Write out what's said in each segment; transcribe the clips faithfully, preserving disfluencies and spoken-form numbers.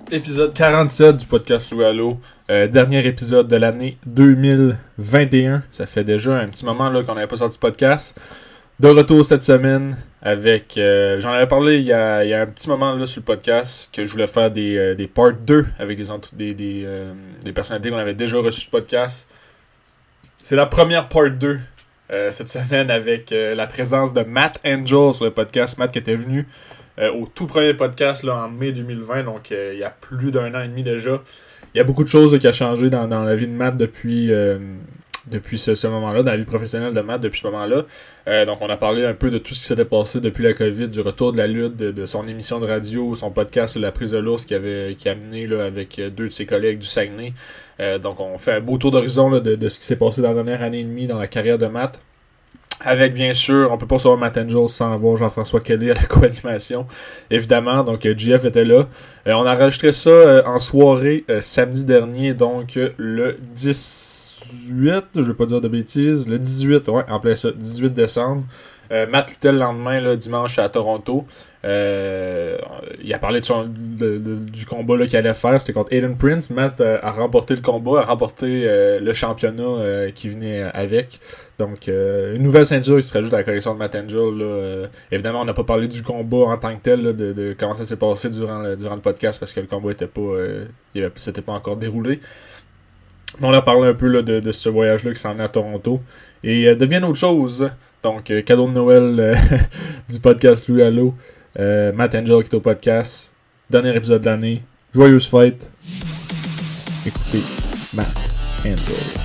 Épisode quarante-sept du podcast Louis Allo. Euh, dernier épisode de l'année deux mille vingt et un. Ça fait déjà un petit moment là, qu'on n'avait pas sorti de podcast. De retour cette semaine avec... Euh, j'en avais parlé il y, a, il y a un petit moment là, sur le podcast que je voulais faire des, euh, des part deux avec des, entre- des, des, euh, des personnalités qu'on avait déjà reçues sur le podcast. C'est la première part deux euh, cette semaine avec euh, la présence de Matt Angel sur le podcast. Matt qui était venu euh, au tout premier podcast là, en mai deux mille vingt, donc euh, il y a plus d'un an et demi déjà. Il y a beaucoup de choses là, qui ont changé dans, dans la vie de Matt depuis, euh, depuis ce, ce moment-là, dans la vie professionnelle de Matt depuis ce moment-là. Euh, donc on a parlé un peu de tout ce qui s'était passé depuis la COVID, du retour de la lutte, de, de son émission de radio, son podcast La Prise de l'ours qui avait qui a amené là, avec deux de ses collègues du Saguenay. Euh, donc on fait un beau tour d'horizon là, de, de ce qui s'est passé dans la dernière année et demie dans la carrière de Matt. Avec, bien sûr, on peut pas recevoir Matt Angel sans avoir Jean-François Kelly à la co-animation, évidemment. Donc, euh, J F était là. Euh, on a enregistré ça euh, en soirée euh, samedi dernier, donc euh, le dix-huit, je vais pas dire de bêtises, le dix-huit, ouais, en plein ça, dix-huit décembre. Euh, Matt luttait le lendemain, là, dimanche, à Toronto. Euh, il a parlé de son, de, de, du combat là, qu'il allait faire, c'était contre Aiden Prince. Matt euh, a remporté le combat, a remporté euh, le championnat euh, qui venait avec. Donc, euh, une nouvelle ceinture qui se rajoute à la collection de Matt Angel. Là, euh, évidemment, on n'a pas parlé du combat en tant que tel, là, de, de comment ça s'est passé durant le, durant le podcast, parce que le combat était pas, euh, il avait, s'était pas encore déroulé. Mais on a parlé un peu là, de, de ce voyage-là qui s'en est à Toronto. Et euh, de bien autre chose. Donc, euh, cadeau de Noël euh, du podcast Louis Allo. Euh, Matt Angel qui est au podcast. Dernier épisode de l'année. Joyeuse fête. Écoutez, Matt Angel.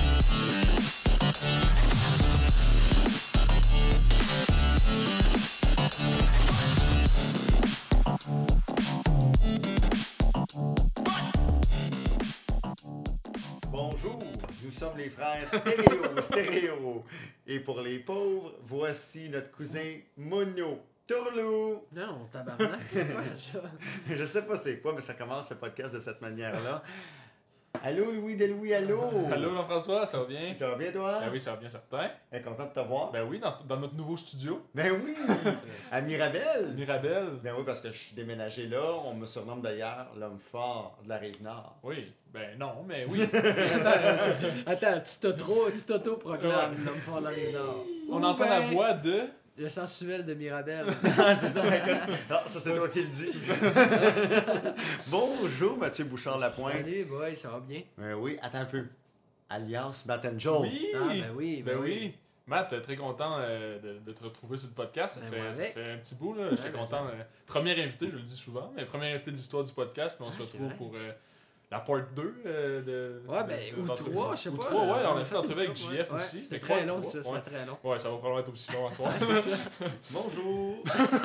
Bonjour, nous sommes les frères Stéréo, Stéréo. Et pour les pauvres, voici notre cousin Mono. Tourlou! Non, tabarnak, c'est quoi ça? Je sais pas c'est quoi, mais ça commence le podcast de cette manière-là. Allô Louis de Louis, allô! Allô Jean-François, ça va bien? Ça va bien toi? Ben oui, ça va bien certain. Elle est content de te voir? Ben oui, dans, dans notre nouveau studio. Ben oui! À Mirabel! Mirabel. Ben oui, parce que je suis déménagé là. On me surnomme d'ailleurs l'homme fort de la Rive-Nord. Oui, ben non, mais oui. Attends, tu t'auto- tu t'auto-proclames l'homme fort de la Rive-Nord. On entend la voix de... Le sensuel de Mirabel. Ah, c'est ça, non, ça c'est toi qui le dis. Bonjour Mathieu Bouchard-Lapointe. Salut, boy, ça va bien? Ben oui, attends un peu. Alias Matt Angel. Oui! Ah, ben oui, ben, Ben oui. oui. Matt, très content euh, de, de te retrouver sur le podcast. Ça, Ben fait, moi ça avec. fait un petit bout. Là. Ouais, J'étais ben content. euh, premier invité, je le dis souvent, mais premier invité de l'histoire du podcast. Puis on Ah, se c'est retrouve vrai. pour euh, la part deux euh, de. Ouais, de- ben, de- ou d'entrevue. trois, je sais Ou pas. trois, ouais, là, on a fait l'entrevue avec une J couple, F ouais. aussi. C'était trois, très long, trois. ça, Ouais. c'était très long. Ouais, ça va probablement être aussi long à soir. C'est ça. Bonjour.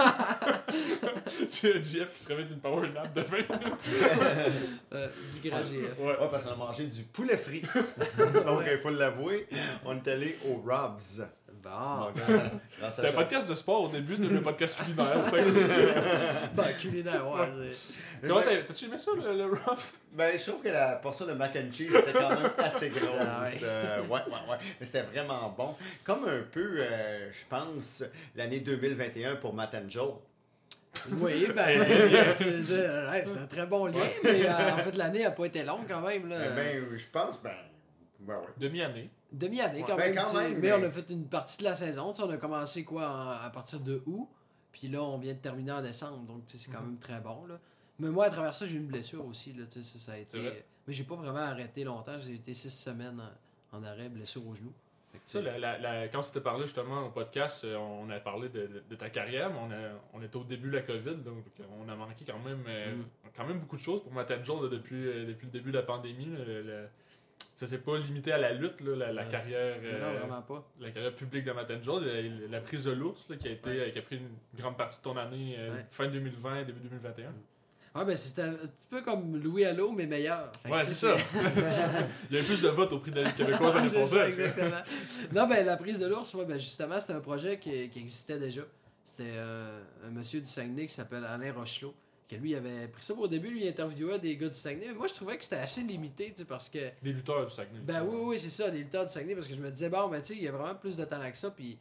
Tu sais, J F qui se réveille d'une power nap de vingt minutes. Euh, dix grands G F. Ouais. Ouais, parce qu'on a mangé du poulet frit. Donc, il faut l'avouer, on est allé au Rob's. Bon. Bon, grâce à- grâce à C'était un Jean- podcast de sport au début, de le podcast culinaire. C'était- Ben, culinaire, ouais. c'est- Comment t'as- t'as-tu aimé ça, le, le Robs? Ben, je trouve que la portion de mac and cheese était quand même assez grosse. Ah ouais. Euh, ouais, ouais, ouais. Mais c'était vraiment bon. Comme un peu, euh, je pense, l'année deux mille vingt et un pour Matt Angel. Oui, ben, c'est de- ouais, c'est un très bon lien, mais euh, en fait, l'année n'a pas été longue quand même. Là. Euh, ben, je pense, ben, ben ouais. Demi-année. Demi-année quand Ben, même, quand tu sais. même, mais, mais- on a fait une partie de la saison. Tu sais, on a commencé quoi en- à partir de août, puis là on vient de terminer en décembre, donc tu sais, c'est quand même très bon. Là. Mais moi à travers ça j'ai eu une blessure aussi, là, tu sais, ça, ça a été. C'est vrai? Mais j'ai pas vraiment arrêté longtemps, j'ai été six semaines en, en arrêt, blessure au genou. Fait que, tu Ça, sais, la, la, la- quand on s'était parlé justement au podcast, euh, on a parlé de, de, de ta carrière, mais on, a, on était au début de la COVID, donc on a manqué quand même, euh, Mm. quand même beaucoup de choses pour Matt Angel là, depuis, euh, depuis le début de la pandémie. Là, le- le- ça s'est pas limité à la lutte, là, la, la Ouais, carrière mais non, euh, vraiment pas. la carrière publique de Matt Angel, la, la prise de l'ours là, qui, a été, Ouais. euh, qui a pris une grande partie de ton année, euh, Ouais. fin deux mille vingt, début deux mille vingt et un. Ouais, ben c'était un petit peu comme Louis Allo, mais meilleur. Fait que, Ouais, tu c'est sais, ça. Il y a eu plus de votes au prix de la Ligue québécoise l'année C'est ça, passée. exactement. Non, ben la prise de l'ours, ouais, ben, justement, c'était un projet qui, qui existait déjà. C'était euh, un monsieur du Saguenay qui s'appelle Alain Rochelot, que lui avait pris ça au début, lui il interviewait des gars du Saguenay. Mais moi je trouvais que c'était assez limité, tu sais, parce que. Des lutteurs du Saguenay. Ben oui, oui, c'est ça, des lutteurs du Saguenay, parce que je me disais, bon, ben tu sais, il y a vraiment plus de talent que ça, puis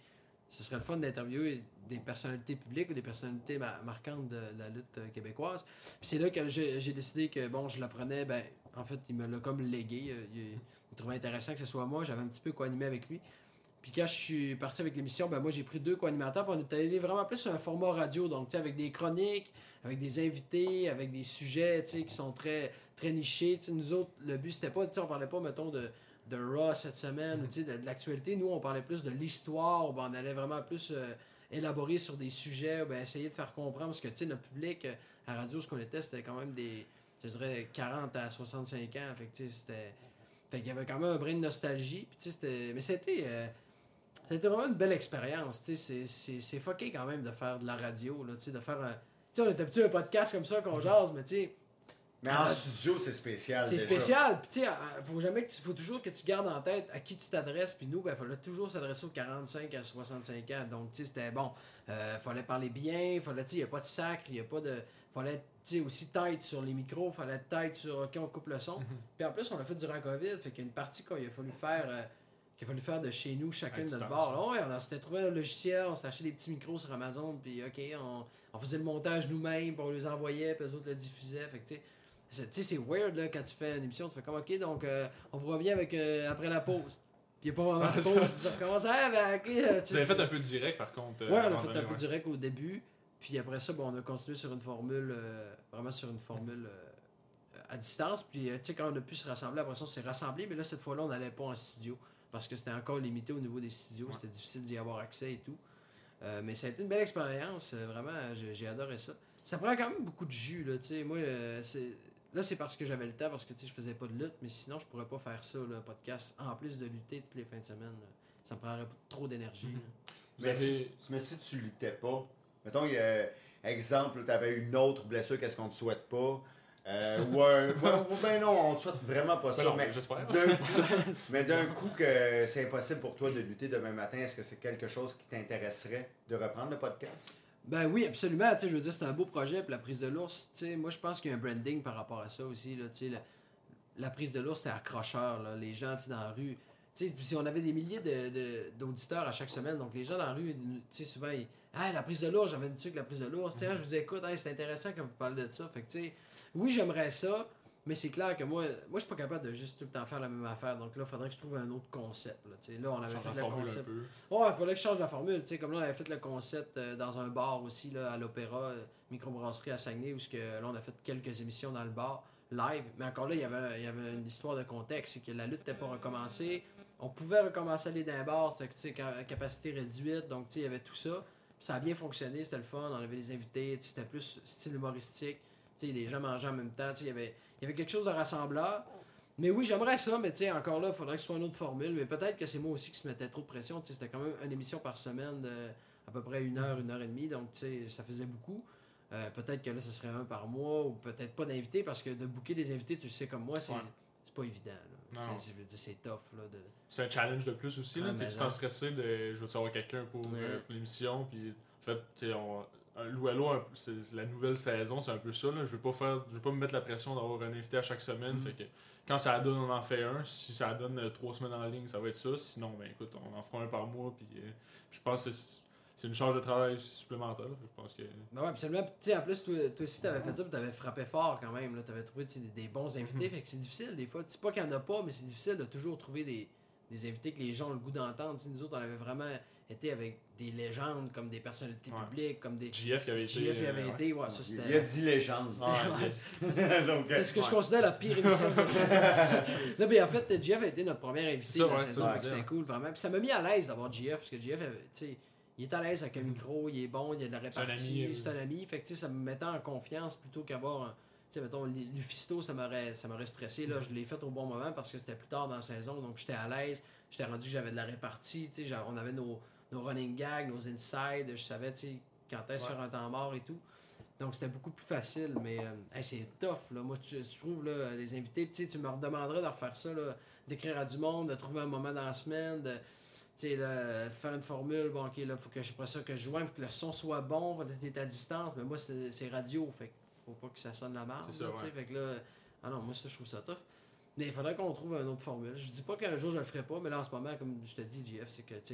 ce serait le fun d'interviewer des personnalités publiques ou des personnalités ma- marquantes de la lutte euh, québécoise. Puis c'est là que j'ai, j'ai décidé que, bon, je l'apprenais, ben, en fait, il me l'a comme légué. euh, Il, il trouvait intéressant que ce soit moi. J'avais un petit peu co-animé avec lui. Puis quand je suis parti avec l'émission, ben moi j'ai pris deux co-animateurs, puis on est allé vraiment plus sur un format radio, donc tu sais, avec des chroniques, avec des invités, avec des sujets tu sais, qui sont très, très nichés. Tu sais, nous autres, le but c'était pas, tu sais, on parlait pas, mettons, de, de Raw cette semaine, tu sais, de, de l'actualité. Nous, on parlait plus de l'histoire, ben, on allait vraiment plus euh, élaborer sur des sujets, ben, essayer de faire comprendre, parce que tu sais, notre public euh, à radio, ce qu'on était, c'était quand même des, je dirais, quarante à soixante-cinq ans. Fait que tu sais, c'était. Fait qu'il y avait quand même un brin de nostalgie. Puis, tu sais, c'était. Mais c'était. Euh, C'était vraiment une belle expérience. tu sais, C'est, c'est, c'est fucké quand même de faire de la radio. Là, tu sais, de faire un. Tu sais, on est habitué à un podcast comme ça qu'on jase, mais tu sais. Mais en studio, c'est spécial. C'est déjà. spécial. Puis tu sais, euh, faut jamais que tu, faut toujours que tu gardes en tête à qui tu t'adresses. Puis nous, ben, fallait toujours s'adresser aux quarante-cinq à soixante-cinq ans. Donc, tu sais, c'était bon. Euh, fallait parler bien. Fallait, tu sais, il n'y a pas de sacre. Il y a pas de. Fallait, tu sais, aussi tête sur les micros. Fallait être tête sur. OK, on coupe le son. Mm-hmm. Puis en plus, on l'a fait durant la COVID. Fait qu'il y a une partie qu'il a fallu faire. Euh, qu'il a fallu faire de chez nous, chacun À de notre distance. bord. Là, ouais, on s'était trouvé un logiciel, on s'était acheté des petits micros sur Amazon, puis OK, on, on faisait le montage nous-mêmes, puis on les envoyait, puis eux autres le diffusaient. Fait que, tu sais, c'est, tu sais, c'est weird là, quand tu fais une émission, tu fais comme OK, donc euh, on vous revient avec, euh, après la pause. Puis il n'y a pas vraiment de pause, ça recommence. Ah, ben OK. euh, Vous avez fait un peu direct, par contre. euh, Ouais, à on a moment fait un donné, peu ouais. direct au début. Puis après ça, bon, on a continué sur une formule, euh, vraiment sur une formule euh, à distance. Puis, euh, tu sais, quand on a pu se rassembler, après ça, on s'est rassemblés. Mais là, cette fois-là, on n'allait pas en studio. Parce que c'était encore limité au niveau des studios. Ouais. C'était difficile d'y avoir accès et tout. Euh, mais ça a été une belle expérience. euh, Vraiment, j'ai, j'ai adoré ça. Ça prend quand même beaucoup de jus, là. Tu sais, moi, euh, c'est... là, c'est parce que j'avais le temps, parce que, tu sais, je faisais pas de lutte. Mais sinon, je pourrais pas faire ça, là, un podcast. En plus de lutter toutes les fins de semaine, là. Ça me prendrait trop d'énergie. Mhm. là. Vous Mais, avez- si, mais si tu luttais pas, mettons, il y a, exemple, tu avais une autre blessure, qu'est-ce qu'on te souhaite pas? Euh, ou, un, ou, ou ben non, on te souhaite vraiment pas ça. Ben non, mais j'espère. d'un coup, mais d'un coup que c'est impossible pour toi de lutter demain matin, est-ce que c'est quelque chose qui t'intéresserait de reprendre le podcast? Ben oui, absolument. Tu sais, je veux dire, c'est un beau projet. Puis la prise de l'ours, tu sais, moi, je pense qu'il y a un branding par rapport à ça aussi. Là, tu sais, la, la prise de l'ours, c'était accrocheur. Là. Les gens, tu sais, dans la rue. Tu sais, si on avait des milliers de, de- d'auditeurs à chaque semaine, donc les gens dans la rue, tu sais, souvent, ils. Ah, la prise de l'ours, j'avais une tuque, la prise de l'ours. Tu sais, ah, je vous écoute, hey, c'est intéressant quand vous parlez de ça. Fait que, tu sais, oui, j'aimerais ça, mais c'est clair que moi, moi je suis pas capable de juste tout le temps faire la même affaire. Donc là, il faudrait que je trouve un autre concept. Là, tu sais. Là on avait Change fait la le formule un concept. peu. Ouais, il fallait que je change la formule. Tu sais, comme là, on avait fait le concept euh, dans un bar aussi, là, à l'Opéra, euh, microbrasserie à Saguenay, où ce que, là, on a fait quelques émissions dans le bar, live. Mais encore là, il y avait, il y avait une histoire de contexte. C'est que la lutte n'était pas recommencée. On pouvait recommencer à aller dans un bar, c'était, tu sais, ca- capacité réduite. Donc, tu sais, il y avait tout ça. Puis ça a bien fonctionné, c'était le fun. On avait des invités, tu sais, c'était plus style humoristique. Tu sais, les gens mangeaient en même temps. Tu sais, il y avait, il y avait quelque chose de rassembleur. Mais oui, j'aimerais ça, mais tu sais, encore là, il faudrait que ce soit une autre formule. Mais peut-être que c'est moi aussi qui se mettais trop de pression. Tu sais, c'était quand même une émission par semaine de à peu près une heure, une heure et demie. Donc, tu sais, ça faisait beaucoup. Euh, peut-être que là, ce serait un par mois ou peut-être pas d'invités parce que de booker des invités, tu le sais comme moi, c'est, Ouais. c'est pas évident. Là. Non. Tu sais, je veux dire, c'est tough. Là, de... C'est un challenge de plus aussi. Là. Ah, Tu sais, mais tu non. t'en stressé de je veux savoir quelqu'un pour, Ouais. euh, pour l'émission. Puis, en fait, tu sais, on, un Lou à Lou, un- c'est c'est la nouvelle saison, c'est un peu ça. Là. Je veux pas faire, je veux pas me mettre la pression d'avoir un invité à chaque semaine. Mm. Fait que quand ça donne, on en fait un. Si ça donne euh, trois semaines en ligne, ça va être ça. Sinon, ben écoute, on en fera un par mois. Puis, euh, je pense que c'est, c'est une charge de travail supplémentaire. Là. Je pense que. Ben ouais, absolument. Puis, tu sais, en plus, toi, toi aussi, t'avais fait ça, puis t'avais frappé fort quand même. Là. T'avais trouvé tu sais, des, des bons invités. Fait que c'est difficile des fois. C'est pas qu'il y en a pas, mais c'est difficile de toujours trouver des, des invités que les gens ont le goût d'entendre. Tu sais, nous autres, on avait vraiment été avec des légendes, comme des personnalités Ouais. publiques, comme des. J F qui avait été. J F y avait euh, ouais. été, ouais, ça Il c'était. y a dix légendes. Ah, Ouais, yes. Donc, c'est ce que je Ouais. considère la pire émission de la saison. Là, ben, en fait, J F a été notre premier invité C'est ça, de la ouais, saison, ça, fait que ouais. c'était cool, vraiment. Puis ça m'a mis à l'aise d'avoir J F, parce que J F, avait- tu sais, il est à l'aise avec un micro, il est bon, il y a de la C'est un répartie, ami, c'est un ami. Fait que, tu sais, ça me mettait en confiance plutôt qu'avoir un. Tu sais, mettons, Lufisto, ça m'aurait, ça m'aurait stressé. Là, je l'ai fait au bon moment parce que c'était plus tard dans la saison, donc j'étais à l'aise. J'étais rendu que j'avais de la répartie, tu sais, on avait nos, nos running gags, nos insides, je savais, tu sais, quand est-ce Ouais. faire un temps mort et tout. Donc c'était beaucoup plus facile, mais euh, hey, c'est tough. Là. Moi, je, je trouve, là, les invités, tu sais, tu me redemanderais de refaire ça, là, d'écrire à du monde, de trouver un moment dans la semaine, de tu sais, là, faire une formule. Bon, ok, là, faut que je fasse ça, que je joigne, faut que le son soit bon, faut que t'es à distance, mais moi, c'est, c'est radio, fait que faut pas que ça sonne la merde. C'est ça, là, tu sais, ouais. fait que là, ah non, moi, ça, je trouve ça tough. Mais il faudrait qu'on trouve une autre formule. Je dis pas qu'un jour je le ferai pas, mais là, en ce moment, comme je te dis, J F, c'est que, tu sais,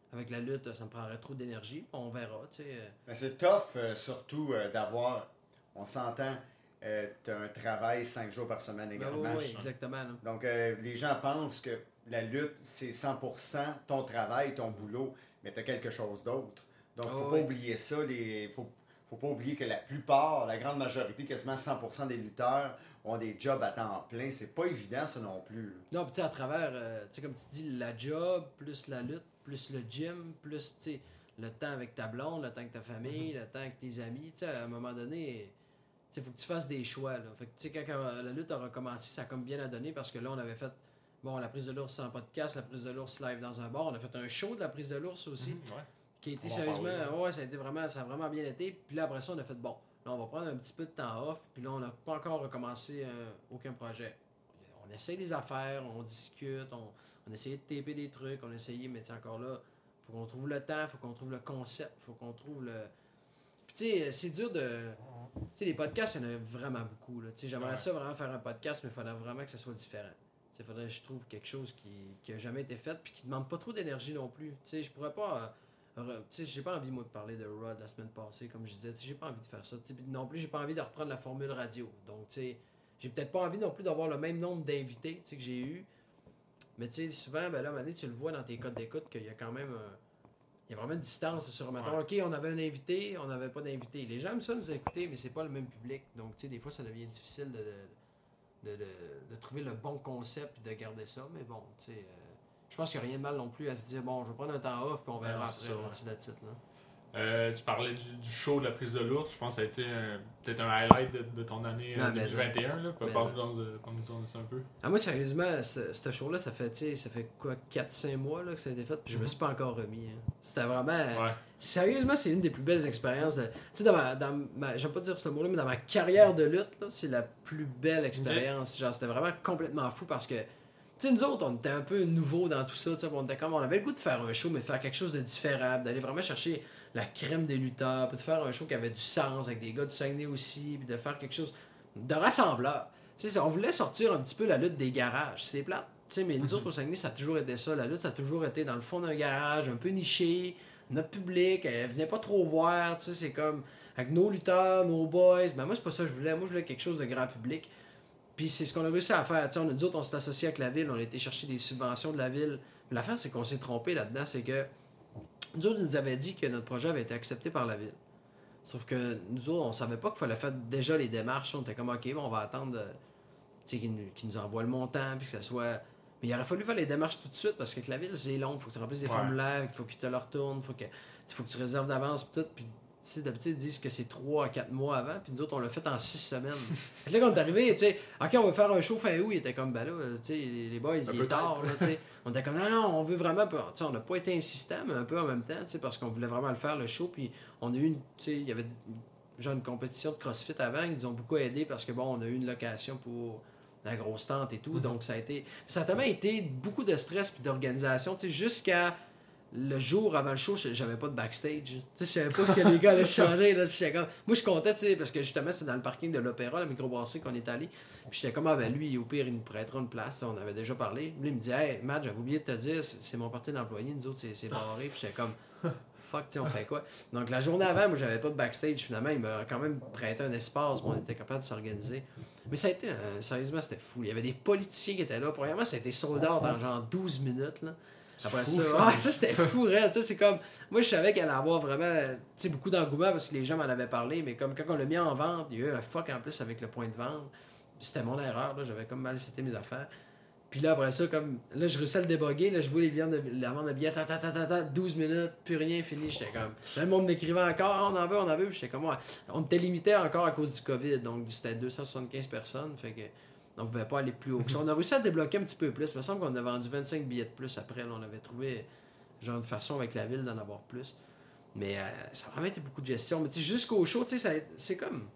avec la lutte, ça me prendrait trop d'énergie. On verra, tu sais. Mais c'est tough, euh, surtout, euh, d'avoir, on s'entend, euh, tu as un travail cinq jours par semaine Ben également. oui, oui, exactement. Là. Donc, euh, les gens pensent que la lutte, c'est cent pour cent ton travail, ton boulot, mais tu as quelque chose d'autre. Donc, il ne faut Oh, pas oui. oublier ça. Il faut, faut pas oublier que la plupart, la grande majorité, quasiment cent pour cent des lutteurs ont des jobs à temps plein. C'est pas évident, ça non plus. Là. Non, puis tu sais, à travers, euh, tu sais, comme tu dis, la job, plus la lutte, plus le gym, plus, tu sais, le temps avec ta blonde, le temps avec ta famille, mm-hmm. le temps avec tes amis, tu sais, à un moment donné, tu sais, faut que tu fasses des choix, là. Fait que, tu sais, quand, quand la lutte a recommencé, ça a comme bien à donner parce que là, on avait fait, bon, la prise de l'ours en podcast, la prise de l'ours live dans un bar, on a fait un show de la prise de l'ours aussi, mm-hmm. ouais. qui a été sérieusement, parler, ouais, ça a été vraiment, ça a vraiment bien été, puis là, après ça, on a fait, bon, là, on va prendre un petit peu de temps off, puis là, on n'a pas encore recommencé euh, aucun projet. On essaye des affaires, on discute, on, on essayait de taper des trucs, on essayait, mais encore là, faut qu'on trouve le temps, faut qu'on trouve le concept, faut qu'on trouve le... Puis tu sais, c'est dur de... Tu sais, les podcasts, il y en a vraiment beaucoup, là. Tu sais, j'aimerais ouais. ça vraiment faire un podcast, mais il faudrait vraiment que ça soit différent. Tu sais, il faudrait que je trouve quelque chose qui n'a jamais été fait, puis qui ne demande pas trop d'énergie non plus. Tu sais, je pourrais pas... Euh, tu sais, j'ai pas envie, moi, de parler de Raw la semaine passée, comme je disais. Tu sais, j'ai pas envie de faire ça. Tu sais, non plus, j'ai pas envie de reprendre la formule radio. Donc, tu sais, j'ai peut-être pas envie non plus d'avoir le même nombre d'invités, tu sais, que j'ai eu. Mais tu sais, souvent, ben là, à un moment donné, tu le vois dans tes codes d'écoute qu'il y a quand même... Euh, il y a vraiment une distance sur, mettons, ouais. OK, on avait un invité, on n'avait pas d'invité. Les gens aiment ça nous écouter, mais c'est pas le même public. Donc, tu sais, des fois, ça devient difficile de, de, de, de, de trouver le bon concept et de garder ça. Mais bon, tu sais... Euh, je pense qu'il n'y a rien de mal non plus à se dire, bon, je vais prendre un temps off, puis on verra ouais, après, là-dessus de titre, là. Euh, tu parlais du, du show de la prise de l'ours. Je pense que ça a été un, peut-être un highlight de, de ton année euh, deux mille vingt et un. Là. Parle-nous de, de ça un peu. Ah, moi, sérieusement, ce, ce show-là, ça fait, ça fait quoi, quatre cinq mois là, que ça a été fait, puis je me suis pas encore remis. Hein. C'était vraiment... Ouais. Sérieusement, c'est une des plus belles expériences. Tu sais, dans ma... Dans ma j'aime pas dire ce mot-là, mais dans ma carrière de lutte, là, c'est la plus belle expérience. Okay. Genre, c'était vraiment complètement fou parce que tu sais, nous autres, on était un peu nouveaux dans tout ça. On était comme, on avait le goût de faire un show, mais faire quelque chose de différent, d'aller vraiment chercher la crème des lutteurs, puis de faire un show qui avait du sens, avec des gars du Saguenay aussi, puis de faire quelque chose de rassembleur. Tu sais, on voulait sortir un petit peu la lutte des garages. C'est plate. Tu sais, mais nous autres, au Saguenay, ça a toujours été ça. La lutte, ça a toujours été dans le fond d'un garage, un peu niché. Notre public, elle venait pas trop voir. Tu sais, c'est comme, avec nos lutteurs, nos boys. Ben moi, c'est pas ça que je voulais. Moi, je voulais quelque chose de grand public. Puis c'est ce qu'on a réussi à faire. T'sais, on, nous autres, on s'est associés avec la ville, on a été chercher des subventions de la ville. Mais l'affaire, c'est qu'on s'est trompé là-dedans, c'est que nous autres, ils nous avaient dit que notre projet avait été accepté par la ville. Sauf que nous autres, on savait pas qu'il fallait faire déjà les démarches. On était comme, OK, bon, on va attendre qu'ils nous, qu'ils nous envoient le montant, puis que ça soit... Mais il aurait fallu faire les démarches tout de suite, parce que avec la ville, c'est long. Il faut que tu remplisses des ouais. formulaires, il faut qu'ils te le retournent, il faut que, faut que tu réserves d'avance, puis tout. Puis d'habitude, ils disent que c'est trois à quatre mois avant, puis nous autres, on l'a fait en six semaines. Fait que là, quand on est arrivé, tu sais, OK, on va faire un show fin août, il était comme, ben là, tu sais, les boys, il est tard, là, tu sais. On était comme, non, non, on veut vraiment, tu sais, on n'a pas été insistant, mais un peu en même temps, tu sais, parce qu'on voulait vraiment le faire, le show, puis on a eu une, tu sais, il y avait genre une compétition de CrossFit avant, ils nous ont beaucoup aidé parce que, bon, on a eu une location pour la grosse tente et tout, mm-hmm. donc ça a été, ça a tellement été beaucoup de stress puis d'organisation, tu sais, jusqu'à le jour avant le show, j'avais pas de backstage. Tu sais, je savais pas ce que les gars allaient changer. Là, comme... Moi, je comptais, tu sais, parce que justement, c'était dans le parking de l'Opéra, la microbrasserie qu'on est allé. Puis j'étais comme, ah ben lui, au pire, il nous prêtera une place. On avait déjà parlé. Lui, il me dit, hey, Matt, j'avais oublié de te dire, c'est mon parti d'employé. Nous autres, c'est barré. Puis j'étais comme, fuck, tu sais, on fait quoi? Donc la journée avant, moi, j'avais pas de backstage. Finalement, il m'a quand même prêté un espace où on était capable de s'organiser. Mais ça a été, euh, sérieusement, c'était fou. Il y avait des politiciens qui étaient là. Premièrement, ça a été sold out en genre douze minutes, là. Après fou, ça, ça. Ah, ça c'était fou, hein, c'est comme, moi je savais qu'elle allait avoir vraiment beaucoup d'engouement parce que les gens m'en avaient parlé, mais comme quand on l'a mis en vente, il y a eu un fuck en plus avec le point de vente, c'était mon erreur, là, j'avais comme mal cité mes affaires, puis là après ça, comme, là je réussis à le déboguer, là je vois les billets de, la vente de billets, ta, ta, ta, ta, ta, douze minutes, plus rien, fini, j'étais comme, là le monde m'écrivait encore, ah, on en veut, on en veut, puis j'étais comme, ouais, on était limité encore à cause du COVID, donc c'était deux cent soixante-quinze personnes, fait que on ne pouvait pas aller plus haut. On a réussi à débloquer un petit peu plus. Il me semble qu'on a vendu vingt-cinq billets de plus après. Là, on avait trouvé genre une façon avec la ville d'en avoir plus. Mais euh, ça a vraiment été beaucoup de gestion. Mais jusqu'au show, c'est comme...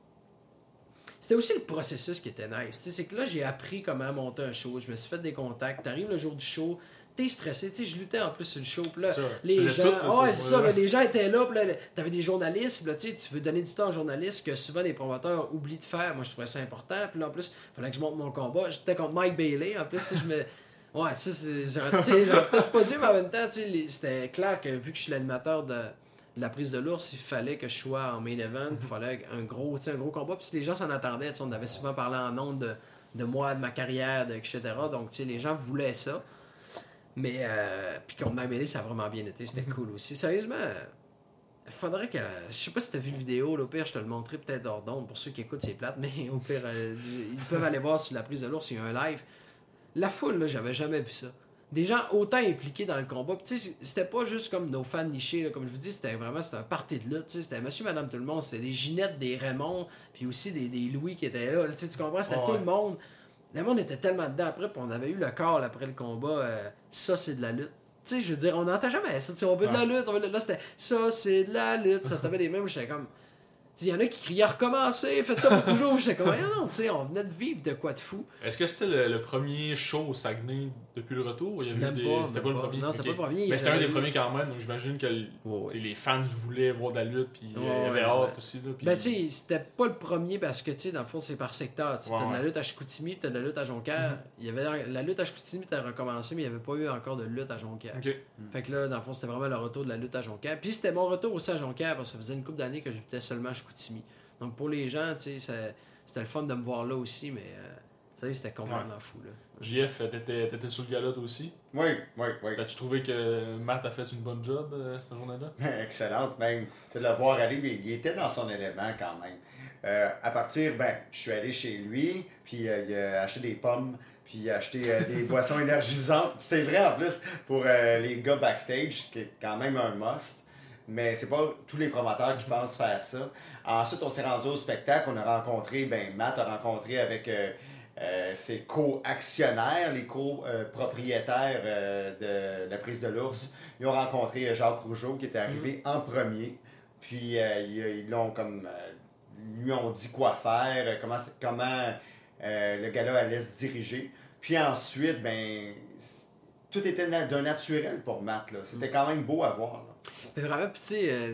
C'était aussi le processus qui était nice. C'est que là, j'ai appris comment monter un show. Je me suis fait des contacts. T'arrives le jour du show, t'es stressé. Je luttais en plus sur le show. Puis là, les gens... Oh, ouais, c'est ça. Là, les gens étaient là. Puis là, t'avais des journalistes. Puis là, tu veux donner du temps aux journalistes que souvent les promoteurs oublient de faire. Moi, je trouvais ça important. Puis là, en plus, il fallait que je monte mon combat. J'étais contre Mike Bailey. En plus, je me... Ouais, ça, c'est. J'aurais, tu sais, j'aurais peut-être pas dû, mais en même temps, tu sais, les- c'était clair que vu que je suis l'animateur de, de la prise de l'ours, il fallait que je sois en main event, il fallait un gros, tu sais, un gros combat. Puis les gens s'en attendaient, tu sais, on avait souvent parlé en ondes de, de moi, de ma carrière, de, et cetera. Donc, tu sais, les gens voulaient ça. Mais, euh, puis contre Mike Bailey, ça a vraiment bien été, c'était cool aussi. Sérieusement, il faudrait que. Je sais pas si t'as vu le vidéo, là, au pire, je te le montrerai peut-être hors d'onde pour ceux qui écoutent, c'est plate, mais au pire, euh, ils peuvent aller voir sur la prise de l'ours, il y a un live. La foule, là, j'avais jamais vu ça. Des gens autant impliqués dans le combat. Puis, tu sais, c'était pas juste comme nos fans nichés, là. Comme je vous dis, c'était vraiment c'était un party de lutte. Tu sais, c'était monsieur, madame, tout le monde. C'était des Ginette, des Raymond, puis aussi des, des Louis qui étaient là. Tu sais, tu comprends? C'était oh, tout ouais. le monde. Le monde était tellement dedans après, puis on avait eu le call après le combat. Euh, ça, c'est de la lutte. Tu sais, je veux dire, on n'entend jamais ça. Tu sais, on veut de la lutte, on veut de la... Là, c'était ça, c'est de la lutte. Ça t'avait les mêmes. J'étais comme. Il y en a qui criaient recommencer, faites ça pour toujours. J'étais comme, non, tu sais, on venait de vivre de quoi de fou. Est-ce que c'était le, le premier show au Saguenay depuis le retour? Il y avait Même des... pas, C'était même pas, le pas. premier? Non, c'était Ok. pas le premier. Mais c'était un des eu... premiers quand même, donc j'imagine que le- ouais, ouais. les fans voulaient voir de la lutte, puis il Ouais, y avait ouais, hâte ouais. aussi. Là, puis... Ben, tu sais, c'était pas le premier parce que, tu sais, dans le fond, c'est par secteur. Tu Ouais, t'as de ouais. la lutte à Chicoutimi, puis t'as de la lutte à Jonquière. Il y avait la lutte à Chicoutimi, t'as recommencé, mais il n'y avait pas eu encore de lutte à Jonquière. Ok. Fait que là, dans le fond, c'était vraiment le retour de la lutte à Jonquière. Puis c'était mon retour aussi à Jonquière parce que ça faisait une couple d'années que je luttais seulement à Chicoutimi. Donc pour les gens, tu sais, ça- c'était le fun de me voir là aussi, mais euh, ça y est, c'était complètement Ouais. fou. Là. J F, t'étais, t'étais sur le gala toi aussi. Oui, oui, oui. As-tu trouvé que Matt a fait une bonne job euh, cette journée-là? Excellente même. C'est de le voir aller, mais il était dans son élément quand même. Euh, à partir, ben, je suis allé chez lui, puis euh, il a acheté des pommes, puis il a acheté euh, des boissons énergisantes. Puis c'est vrai en plus pour euh, les gars backstage, qui est quand même un must. Mais c'est pas tous les promoteurs qui pensent faire ça. Ensuite, on s'est rendu au spectacle. On a rencontré, ben Matt a rencontré avec euh, euh, ses co-actionnaires, les co-propriétaires euh, de la prise de l'ours. Ils ont rencontré Jacques Rougeau qui était arrivé en premier. Puis euh, ils, ils l'ont comme euh, lui ont dit quoi faire, euh, comment, comment euh, le gars-là allait se diriger. Puis ensuite, ben tout était na- d'un naturel pour Matt. Là. C'était quand même beau à voir. Là. Mais vraiment, puis tu sais, euh,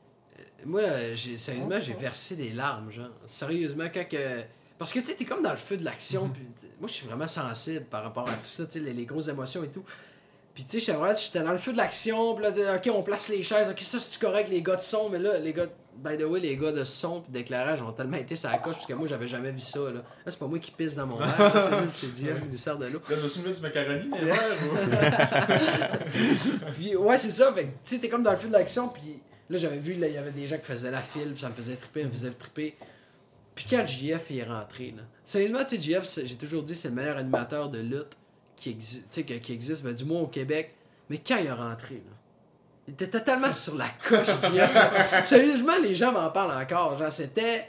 moi, j'ai, sérieusement, j'ai versé des larmes, genre. Sérieusement, quand que. Parce que tu sais, t'es comme dans le feu de l'action, puis moi, je suis vraiment sensible par rapport à tout ça, tu sais, les, les grosses émotions et tout. Puis tu sais, j'étais vraiment, j'étais dans le feu de l'action, puis là, ok, on place les chaises, ok, ça c'est correct, les gars de son, mais là, les gars, by the way, les gars de son pis d'éclairage ont tellement été sur la coche, parce que moi, j'avais jamais vu ça, là. Là, c'est pas moi qui pisse dans mon verre, là, c'est, c'est Jeff qui nous sert de l'eau. Là, je me souviens du macaroni dans les verres, ou... Puis ouais, c'est ça, fait que tu sais, t'es comme dans le feu de l'action, puis là, j'avais vu, là, il y avait des gens qui faisaient la file, puis ça me faisait triper, ça me faisait triper. Puis quand J F est rentré, là, sérieusement, tu sais, J F, c'est- j'ai toujours dit, c'est le meilleur animateur de lutte qui, exi- tu sais, que- qui existe, ben, du moins au Québec. Mais quand il est rentré, là, il était totalement sur la coche, J F. Sérieusement, les gens m'en parlent encore. Genre, c'était.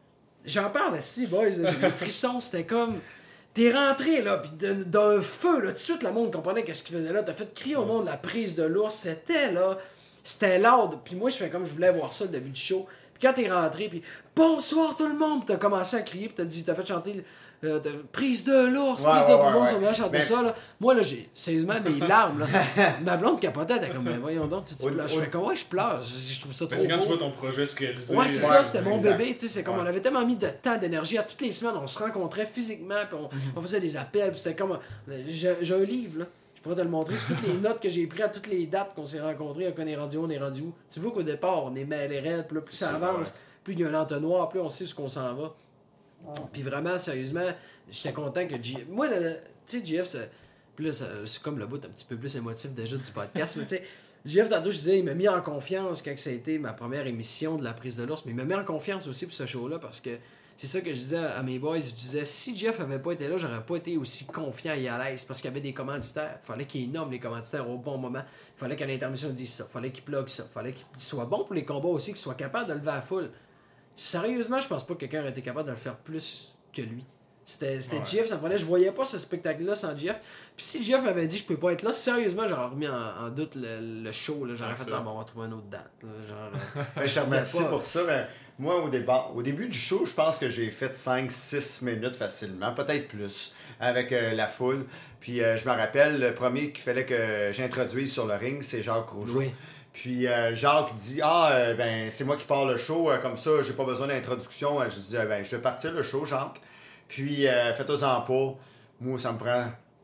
J'en parle aussi, boys, là, j'ai des frissons, c'était comme. T'es rentré, là, pis d'un d'un feu, là, tout de suite, le monde comprenait qu'est-ce qu'il faisait là. T'as fait crier au monde la prise de l'ours, c'était, là. C'était lourd. Puis moi, je fais comme je voulais voir ça le début du show. Puis quand t'es rentré, puis bonsoir tout le monde, pis t'as commencé à crier, pis t'as dit, t'as fait chanter euh, de- prise de l'ours, Ouais, prise ouais, de ouais, l'ours, ouais. on vient chanter Mais- ça, là. Moi, là, j'ai sérieusement des larmes, là. Ma blonde capotait, elle était comme, ben voyons donc, tu, tu Au- pleures. Je au- fais comme, ouais, je pleure, je, je trouve ça trop Mais c'est quand beau. tu vois ton projet se réaliser. Ouais, c'est Ouais, ça, c'était mon exact. bébé, tu sais, c'est comme Ouais. on avait tellement mis de temps, d'énergie, à toutes les semaines, on se rencontrait physiquement, puis on, on faisait des appels, puis c'était comme, j'ai j'ai un livre, là, je pourrais te le montrer, c'est toutes les notes que j'ai prises à toutes les dates qu'on s'est rencontrés, qu'on est rendu où, on est rendu où. Tu vois qu'au départ, on est mêlés raides, puis là, plus ça C'est ça, avance, ouais. plus il y a un entonnoir, plus on sait où ce qu'on s'en va. Puis vraiment, sérieusement, j'étais content que J F... Moi, le- tu sais, J F, c'est... Puis là, ça- c'est comme le bout un petit peu plus émotif déjà du podcast, mais tu sais, J F, tantôt, je disais, il m'a mis en confiance quand ça a été ma première émission de la prise de l'ours, mais il m'a mis en confiance aussi pour ce show-là, parce que c'est ça que je disais à mes boys, je disais, si Jeff avait pas été là, j'aurais pas été aussi confiant et à l'aise, parce qu'il y avait des commanditaires, il fallait qu'il nomme les commanditaires au bon moment, il fallait qu'à l'intermission, il dise ça, il fallait qu'il plug ça, il fallait qu'il soit bon pour les combats aussi, qu'il soit capable de lever à la foule. Sérieusement, je pense pas que quelqu'un aurait été capable de le faire plus que lui. C'était, c'était Ouais. Jeff, ça prenait, je voyais pas ce spectacle-là sans Jeff. Puis si Jeff m'avait dit je peux pas être là, sérieusement, j'aurais remis en, en doute le, le show. Là. J'aurais Ouais, fait, c'est non, ça. bon, on va trouver une autre date. Là. Genre, Ben, je te remercie pas. pour ça. Mais moi, au, débat, au début du show, je pense que j'ai fait cinq six minutes facilement, peut-être plus, avec euh, la foule. Puis euh, je me rappelle, le premier qu'il fallait que j'introduise sur le ring, c'est Jacques Rougeau. Oui. Puis euh, Jacques dit Ah, euh, ben c'est moi qui pars le show, euh, comme ça, j'ai pas besoin d'introduction. Euh, je dis euh, ben je vais partir le show, Jacques. Puis euh, faites-en pas. Moi, ça me prend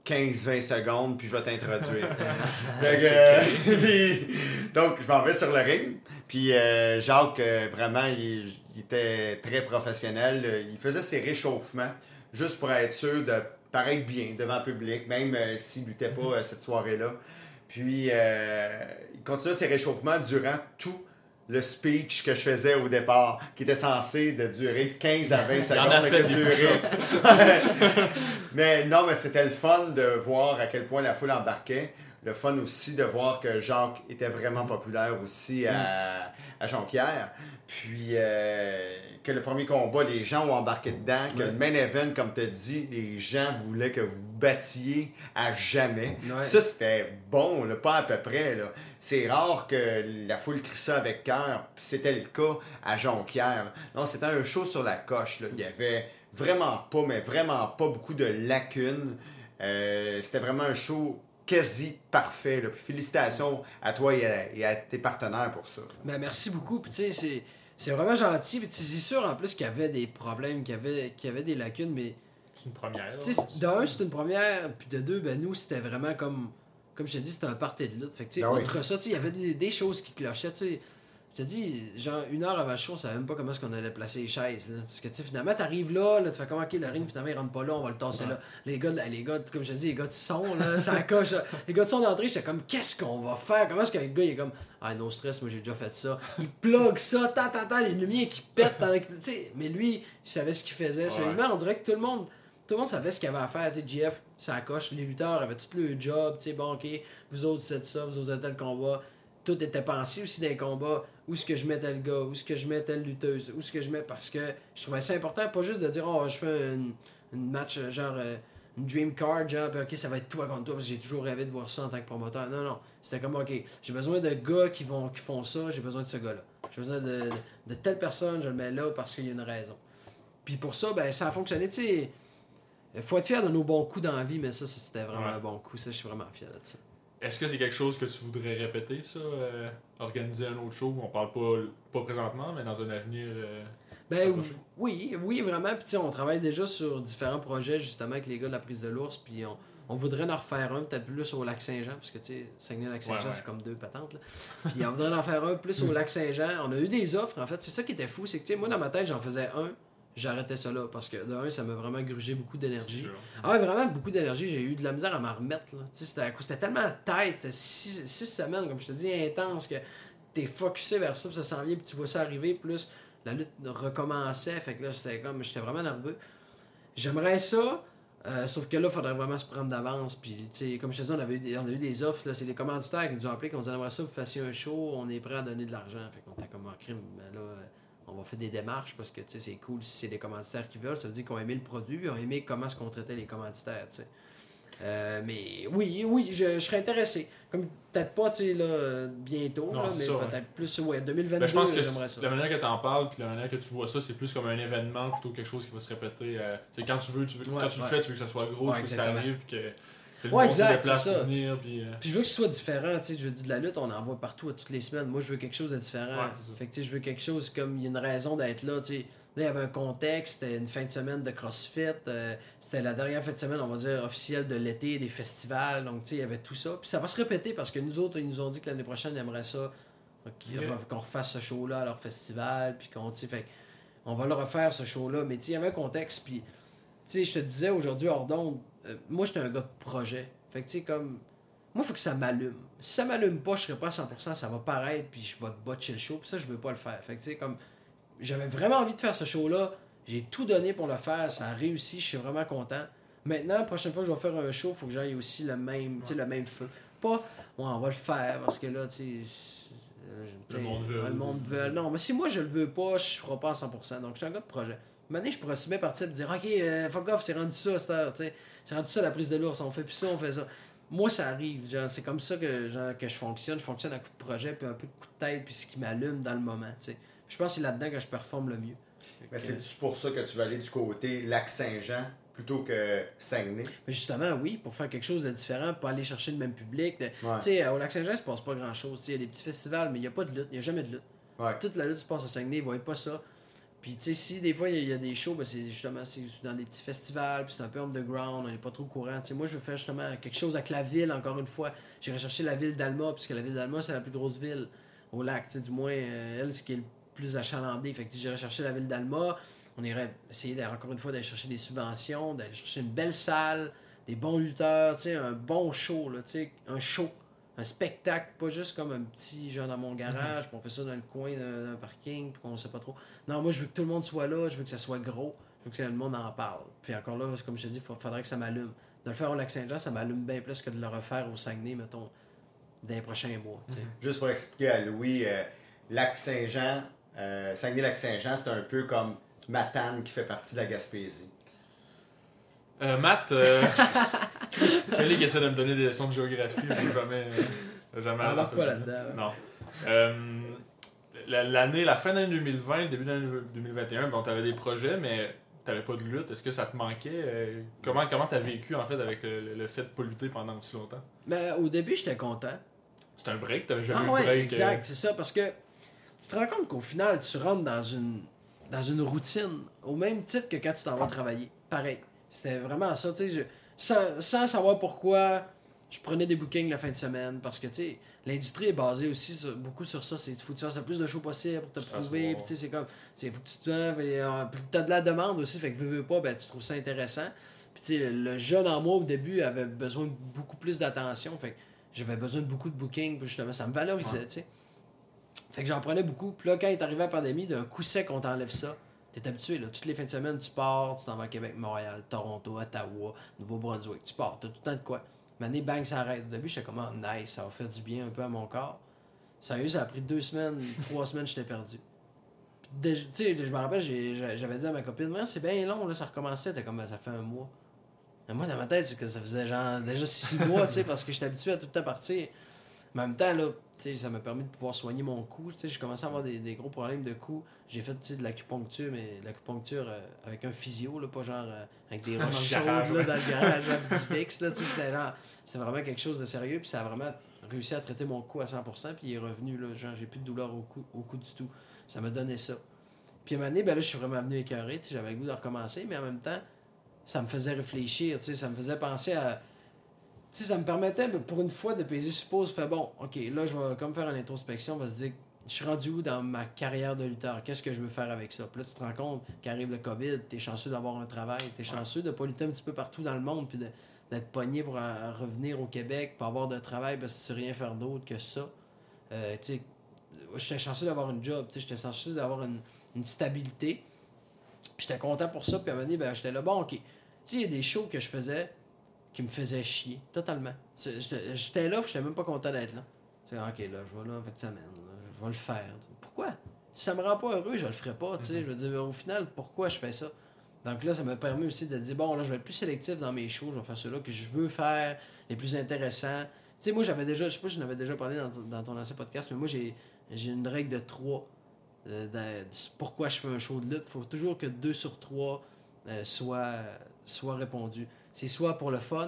quinze vingt secondes, puis je vais t'introduire. donc, euh, puis, donc, je m'en vais sur le ring. Puis euh, Jacques, euh, vraiment, il, il était très professionnel. Il faisait ses réchauffements juste pour être sûr de paraître bien devant le public, même euh, s'il ne luttait pas euh, cette soirée-là. Puis, euh, il continuait ses réchauffements durant tout le speech que je faisais au départ, qui était censé de durer quinze à vingt secondes. Il en a fait des duré. Mais non, mais c'était le fun de voir à quel point la foule embarquait. Le fun aussi de voir que Jacques était vraiment populaire aussi à, à Jonquière. Puis euh, que le premier combat, les gens ont embarqué dedans. Que ouais. Le main event, comme tu as dit, les gens voulaient que vous battiez à jamais. Ouais. Ça, c'était bon, là, pas à peu près. Là. C'est rare que la foule crie ça avec cœur. C'était le cas à Jonquière. Là. Non, c'était un show sur la coche. Là. Il y avait vraiment pas, mais vraiment pas beaucoup de lacunes. Euh, c'était vraiment un show quasi parfait. Là. Puis félicitations à toi et à, et à tes partenaires pour ça. Ben, merci beaucoup. Puis tu sais, c'est, c'est vraiment gentil. Puis c'est sûr en plus qu'il y avait des problèmes, qu'il y avait, qu'il y avait des lacunes, mais... C'est une première. Tu sais, de un, c'est une première. Puis de deux, ben nous, c'était vraiment comme... Comme je te dis, c'était un party de lutte. Fait que tu sais, outre ça, tu sais, il y avait des, des choses qui clochaient, tu sais. Je te dis, genre, une heure avant le show, on savait même pas comment est-ce qu'on allait placer les chaises. Là. Parce que, tu sais, finalement, t'arrives là, là, tu fais comment, ok, le ring, finalement, il rentre pas là, on va le tasser ouais. là. Les gars, les gars, comme je te dis, les gars de son, là, ça coche. Là. Les gars de son d'entrée, j'étais comme, qu'est-ce qu'on va faire? Comment est-ce qu'un gars, il est comme, ah, no stress, moi, j'ai déjà fait ça. Il plug ça, tant, tant, tant, les lumières qui pètent pendant que. Tu sais, mais lui, il savait ce qu'il faisait. Ouais. Sérieusement, on dirait que tout le monde. Tout le monde savait ce qu'il avait à faire. Tu sais, J F, ça coche. Les lutteurs avaient tout le job. Tu sais, bon, ok, vous autres, c'est ça, vous autres, êtes tel combat. Tout était pensé aussi dans les combats. Où est-ce que je mets tel gars, où est-ce que je mets telle lutteuse, où est-ce que je mets. Parce que je trouvais ça important, pas juste de dire, oh, je fais une, une match, genre, euh, une dream card, genre, puis ok, ça va être toi contre toi, parce que j'ai toujours rêvé de voir ça en tant que promoteur. Non, non. C'était comme, ok, j'ai besoin de gars qui, vont, qui font ça, j'ai besoin de ce gars-là. J'ai besoin de, de, de telle personne, je le mets là parce qu'il y a une raison. Puis pour ça, ben, ça a fonctionné, tu sais. Il faut être fier de nos bons coups dans la vie, mais ça, ça c'était vraiment ouais. un bon coup. Ça, je suis vraiment fier de ça. Est-ce que c'est quelque chose que tu voudrais répéter, ça? Euh, organiser un autre show? On parle pas, pas présentement, mais dans un avenir euh, ben oui, oui, vraiment. Puis on travaille déjà sur différents projets, justement, avec les gars de la prise de l'ours. Puis on, on voudrait en refaire un, peut-être plus au Lac-Saint-Jean, parce que, tu sais, Saguenay-Lac-Saint-Jean, ouais, ouais. c'est comme deux patentes. Là. Puis on voudrait en faire un plus au Lac-Saint-Jean. On a eu des offres, en fait. C'est ça qui était fou. C'est que, tu sais, moi, dans ma tête, j'en faisais un. J'arrêtais ça là parce que de un, ça m'a vraiment grugé beaucoup d'énergie. Sure. Ah ouais, vraiment beaucoup d'énergie. J'ai eu de la misère à m'en remettre. Là. C'était, c'était tellement tête, six, six semaines, comme je te dis, intense, que t'es focusé vers ça, puis ça s'en vient, puis tu vois ça arriver, plus la lutte recommençait. Fait que là, c'était comme, j'étais vraiment nerveux. J'aimerais ça, euh, sauf que là, il faudrait vraiment se prendre d'avance. Puis, tu sais, comme je te dis, on, avait eu des, on a eu des offres. Là, c'est les commanditaires qui nous ont appelé, qui ont dit, aimerait ça, vous fassiez un show, on est prêt à donner de l'argent. Fait qu'on était comme en crime, mais là. On va faire des démarches parce que c'est cool si c'est des commanditaires qui veulent. Ça veut dire qu'on a aimé le produit, ils ont aimé comment est-ce qu'on traitait les commanditaires. Euh, mais oui, oui, je, je serais intéressé. Comme peut-être pas là, bientôt, non, là, mais ça, peut-être ouais. plus ouais, deux mille vingt-deux. Ben, je pense que j'aimerais ça. La manière que tu en parles puis la manière que tu vois ça, c'est plus comme un événement plutôt que quelque chose qui va se répéter. Euh, quand tu veux, tu veux ouais, quand tu ouais. le fais, tu veux que ça soit gros, ouais, tu veux exactement. que ça arrive puis que. C'est le ouais, bon exact, c'est ça. Venir, puis, euh... puis je veux que ce soit différent, tu sais, je veux dire, de la lutte, on en voit partout à toutes les semaines. Moi, je veux quelque chose de différent. Ouais, fait que, tu sais, je veux quelque chose comme, il y a une raison d'être là, tu sais. Là, il y avait un contexte, c'était une fin de semaine de CrossFit, euh, c'était la dernière fin de semaine, on va dire, officielle de l'été, des festivals, donc, tu sais, il y avait tout ça. Puis ça va se répéter parce que nous autres, ils nous ont dit que l'année prochaine, ils aimeraient ça, okay. qu'on refasse ce show-là à leur festival, puis qu'on, tu sais, fait on va le refaire, ce show-là. Mais, tu sais, il y avait un contexte, puis, tu sais, je te disais aujourd'hui, hors d'onde, euh, moi, j'étais un gars de projet. Fait que, tu sais, comme... Moi, il faut que ça m'allume. Si ça m'allume pas, je serai pas à cent pour cent, ça va paraître, puis je vais te botcher le show, puis ça, je veux pas le faire. Fait que, tu sais, comme... J'avais vraiment envie de faire ce show-là. J'ai tout donné pour le faire. Ça a réussi. Je suis vraiment content. Maintenant, la prochaine fois que je vais faire un show, il faut que j'aille aussi le même, ouais. le même feu. Pas, ouais, on va le faire, parce que là, tu sais... Le monde veut. Le monde veut. Non, mais si moi, je le veux pas, je ne ferai pas à cent pour cent. Donc, je suis un gars de projet. Maintenant, je pourrais bien partir et dire, OK, euh, fuck off, c'est rendu ça à cette heure. T'sais. C'est rendu ça la prise de l'ours. On fait plus ça, on fait ça. Moi, ça arrive. Genre, c'est comme ça que, genre, que je fonctionne. Je fonctionne à coup de projet, puis un peu de coup de tête, puis ce qui m'allume dans le moment. T'sais. Je pense que c'est là-dedans que je performe le mieux. Mais c'est pour ça que tu vas aller du côté Lac-Saint-Jean plutôt que Saguenay? Mais justement, oui, pour faire quelque chose de différent, pour aller chercher le même public. De... Ouais. Tu sais, au Lac-Saint-Jean, il se passe pas grand-chose. Il y a des petits festivals, mais il n'y a pas de lutte. Il n'y a jamais de lutte. Ouais. Toute la lutte se passe à Saguenay, ils ne voient pas ça. Puis, tu sais, si des fois, il y, y a des shows, ben, c'est justement c'est dans des petits festivals, puis c'est un peu underground, on n'est pas trop au courant. Tu sais, moi, je veux faire justement quelque chose avec la ville, encore une fois. J'ai recherché la ville d'Alma, puisque la ville d'Alma, c'est la plus grosse ville au lac. Tu sais, du moins, euh, elle, ce qui est le plus achalandé. Fait que j'ai recherché la ville d'Alma. On irait essayer, d'aller, encore une fois, d'aller chercher des subventions, d'aller chercher une belle salle, des bons lutteurs, tu sais, un bon show, là, tu sais, un show. Un spectacle, pas juste comme un petit genre dans mon garage, mm-hmm. puis on fait ça dans le coin d'un, d'un parking, puis qu'on sait pas trop. Non, moi je veux que tout le monde soit là, je veux que ça soit gros, je veux que le monde en parle. Puis encore là, comme je te dis, il faudrait que ça m'allume. De le faire au Lac-Saint-Jean, ça m'allume bien plus que de le refaire au Saguenay, mettons, dans les prochains mois. Mm-hmm. Juste pour expliquer à Louis, euh, Lac-Saint-Jean, euh, Saguenay-Lac-Saint-Jean, c'est un peu comme Matane qui fait partie de la Gaspésie. Euh, Matt, euh, Kelly qui essaie de me donner des leçons de géographie, je n'ai jamais, euh, jamais on va pas là-dedans. Non. Euh, l'année, la fin d'année deux mille vingt, début d'année deux mille vingt et un, bon, tu avais des projets, mais tu n'avais pas de lutte. Est-ce que ça te manquait? Euh, comment comment tu as vécu en fait avec le, le fait de ne pas lutter pendant aussi longtemps? Ben, au début, j'étais content. C'était un break? Tu n'avais jamais ah, eu ouais, de break? Exact, euh... c'est ça, parce que tu te rends compte qu'au final, tu rentres dans une, dans une routine, au même titre que quand tu t'en vas travailler. Pareil. C'était vraiment ça, tu sais, sans, sans savoir pourquoi je prenais des bookings la fin de semaine, parce que, tu sais, l'industrie est basée aussi sur, beaucoup sur ça, c'est il faut que tu fasses le plus de shows possible pour te je prouver, puis tu sais, c'est comme, il faut que tu te donnes, euh, puis t'as de la demande aussi, fait que veux, veux pas, ben tu trouves ça intéressant, puis tu sais, le jeune en moi au début avait besoin de beaucoup plus d'attention, fait que j'avais besoin de beaucoup de bookings, puis justement, ça me valorisait, ouais. Tu sais, fait que j'en prenais beaucoup, puis là, quand est arrivé la pandémie, d'un coup sec, on t'enlève ça. T'es habitué, là. Toutes les fins de semaine, tu pars, tu t'en vas à Québec, Montréal, Toronto, Ottawa, Nouveau-Brunswick. Tu pars, t'as tout le temps de quoi. Maintenant, bang, ça arrête. Au début, j'étais comme, oh, nice, ça va faire du bien un peu à mon corps. Sérieux, ça a pris deux semaines, trois semaines, j'étais perdu. Tu sais, je me rappelle, j'ai, j'avais dit à ma copine, ouais, c'est bien long, là, ça recommençait. T'es comme, ben, ça fait un mois. Mais moi, dans ma tête, c'est que ça faisait genre déjà six mois, tu sais, parce que j'étais habitué à tout le temps partir. Mais en même temps, là, t'sais, ça m'a permis de pouvoir soigner mon cou. T'sais, j'ai commencé à avoir des, des gros problèmes de cou. J'ai fait de l'acupuncture, mais de l'acupuncture euh, avec un physio, là, pas genre euh, avec des roches chaudes là, dans le garage, là, du fixe. Là, c'était, genre, c'était vraiment quelque chose de sérieux. Puis ça a vraiment réussi à traiter mon cou à cent pour cent. Puis il est revenu. Là, genre, j'ai plus de douleur au cou, au cou du tout. Ça m'a donné ça. Puis à un moment donné, ben là, je suis vraiment venu écœuré. J'avais le goût de recommencer. Mais en même temps, ça me faisait réfléchir. Ça me faisait penser à... Tu sais, ça me permettait, pour une fois, de peser sur pause. Fait bon, ok, là, je vais comme faire une introspection. On va se dire, je suis rendu où dans ma carrière de lutteur? Qu'est-ce que je veux faire avec ça? Puis là, tu te rends compte qu'arrive le COVID, t'es chanceux d'avoir un travail, t'es chanceux de pas lutter un petit peu partout dans le monde, puis de, d'être pogné pour euh, revenir au Québec, pour avoir de travail, parce que tu sais rien faire d'autre que ça. Euh, tu sais, j'étais chanceux d'avoir un job, tu sais, j'étais chanceux d'avoir une, une stabilité. J'étais content pour ça, puis à un moment donné, ben, j'étais là, bon, ok. Tu sais, il y a des shows que je faisais qui me faisait chier, totalement. J'étais, j'étais là, j'étais même pas content d'être là. C'est ok, là, je vais là en fin de semaine, là, je vais le faire. Pourquoi? Si ça me rend pas heureux, je le ferai pas, tu sais. Mm-hmm. Je veux dire, au final, pourquoi je fais ça? Donc là, ça m'a permis aussi de dire, bon, là, je vais être plus sélectif dans mes shows, je vais faire ceux-là que je veux faire, les plus intéressants. Tu sais, moi, j'avais déjà, je sais pas si j'en avais déjà parlé dans, dans ton ancien podcast, mais moi, j'ai, j'ai une règle de trois. Euh, de, de, pourquoi je fais un show de lutte? Il faut toujours que deux sur trois euh, soient, soient répondus. C'est soit pour le fun,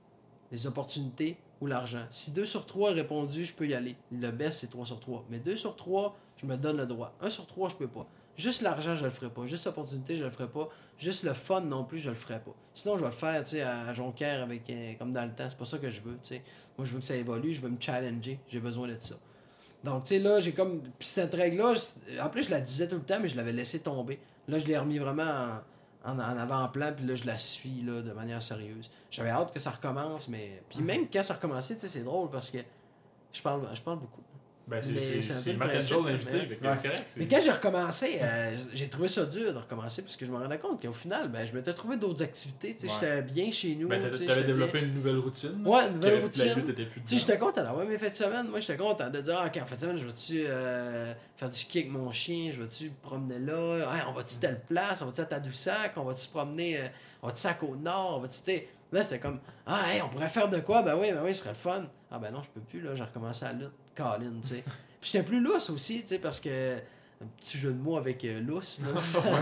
les opportunités ou l'argent. Si deux sur trois est répondu, je peux y aller. Le best, c'est trois sur trois. Mais deux sur trois, je me donne le droit. un sur trois, je peux pas. Juste l'argent, je le ferai pas. Juste l'opportunité, je le ferai pas. Juste le fun non plus, je le ferai pas. Sinon, je vais le faire, tu sais, à Jonquière avec, euh, comme dans le temps. C'est pas ça que je veux, tu sais. Moi, je veux que ça évolue, je veux me challenger. J'ai besoin de ça. Donc, tu sais, là, j'ai comme... Puis cette règle-là, en plus, je la disais tout le temps, mais je l'avais laissé tomber. Là, je l'ai remis vraiment en... En, en avant-plan, puis là, je la suis là, de manière sérieuse. J'avais hâte que ça recommence, mais... Puis même quand ça recommençait, tu sais, c'est drôle parce que je parle, je parle beaucoup. Ben, c'est, c'est, c'est, c'est Matt Angel l'invité, mais, mais, ouais. mais quand j'ai recommencé, euh, j'ai trouvé ça dur de recommencer parce que je me rendais compte qu'au final, ben, je m'étais trouvé d'autres activités. Ouais. J'étais bien chez nous. Ben, t'avais développé bien... une nouvelle routine. Ouais, une nouvelle routine. La lutte était plus dedans. J'étais content d'avoir mes fêtes de semaine. Moi, j'étais content de dire, ok, en fait de semaine, je vais-tu euh, faire du ski avec mon chien, je vais-tu promener là, hey, on va-tu telle place, on va-tu à Tadoussac, on va-tu se promener, euh, on va-tu à Côte-Nord, on va-tu, t'sais. Là, c'était comme, ah, hey, on pourrait faire de quoi? Ben oui, ben oui, ce serait le fun. Ah, ben non, je peux plus, là, j'ai recommencé à la lutte. Colin, tu sais. Puis j'étais plus lousse aussi, tu sais, parce que. Un petit jeu de mots avec euh, lousse, là.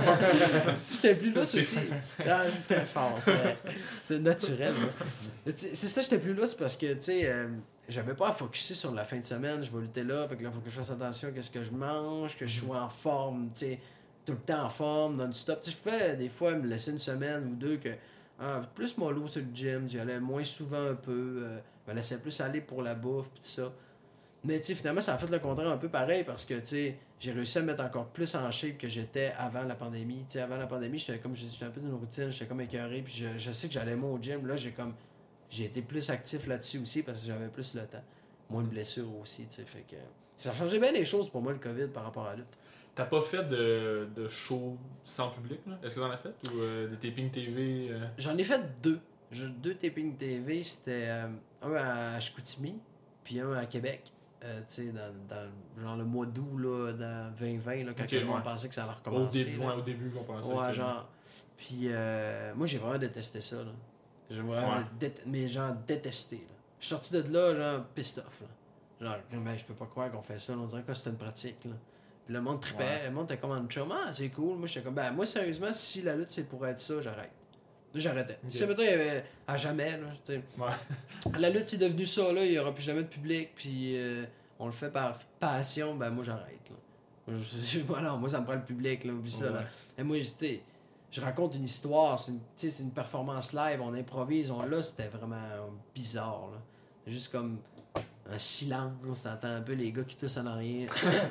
J'étais plus lousse aussi. Ah, c'était fort, c'était, c'est naturel, là. C'est ça, j'étais plus lousse parce que, tu sais, euh, j'avais pas à focusser sur la fin de semaine. Je vais lutter là, fait que là, il faut que je fasse attention à ce que je mange, que je sois en forme, tu sais. tout le temps en forme, non-stop. Tu sais, je pouvais des fois me laisser une semaine ou deux que ah, plus mollo sur le gym, j'y allais moins souvent un peu, euh, je me laissais plus aller pour la bouffe pis tout ça. Mais tu sais, finalement, ça a fait le contraire un peu pareil parce que tu sais, j'ai réussi à me mettre encore plus en shape que j'étais avant la pandémie. Tu sais, avant la pandémie, j'étais comme j'étais un peu dans une routine, j'étais comme écœuré, puis je, je sais que j'allais moins au gym. Là, j'ai comme j'ai été plus actif là-dessus aussi parce que j'avais plus le temps. Moins de blessures aussi, tu sais, fait que ça a changé bien les choses pour moi le COVID par rapport à la lutte. T'as pas fait de, de show sans public, là? Est-ce que t'en as fait? Ou euh, des tapings T V? Euh... J'en ai fait deux. J'ai deux tapings T V, c'était euh, un à Chicoutimi, puis un à Québec. Euh, tu sais, dans, dans genre le mois d'août, là, dans vingt vingt, là, quand okay, tout le monde ouais. pensait que ça allait recommencer. Au début, ouais, au début qu'on pensait. Ouais, que... genre. Puis euh, moi, j'ai vraiment détesté ça, là. J'ai vraiment, ouais. dé- mais genre détesté, là. Je suis sorti de là, genre, pissed off, là. Genre, ben, je peux pas croire qu'on fait ça, là. On dirait que c'est une pratique, là. Puis le monde tripait, ouais. le monde était comme en chum, ah, c'est cool. Moi, j'étais comme, ben, moi, sérieusement, si la lutte c'est pour être ça, j'arrête. J'arrêtais. Okay. Si, mettons, il y avait à jamais, là, tu sais. Ouais. La lutte, c'est devenu ça, là, il y aura plus jamais de public, puis euh, on le fait par passion, ben, moi, j'arrête, là. Moi, je, je, non, moi, ça me prend le public, là, oublie ça, ouais. Là. Et moi, tu sais, je raconte une histoire, c'est une, c'est une performance live, on improvise, on, là, c'était vraiment bizarre, là. Juste comme un silence, t'entends un peu les gars qui toussent en arrière.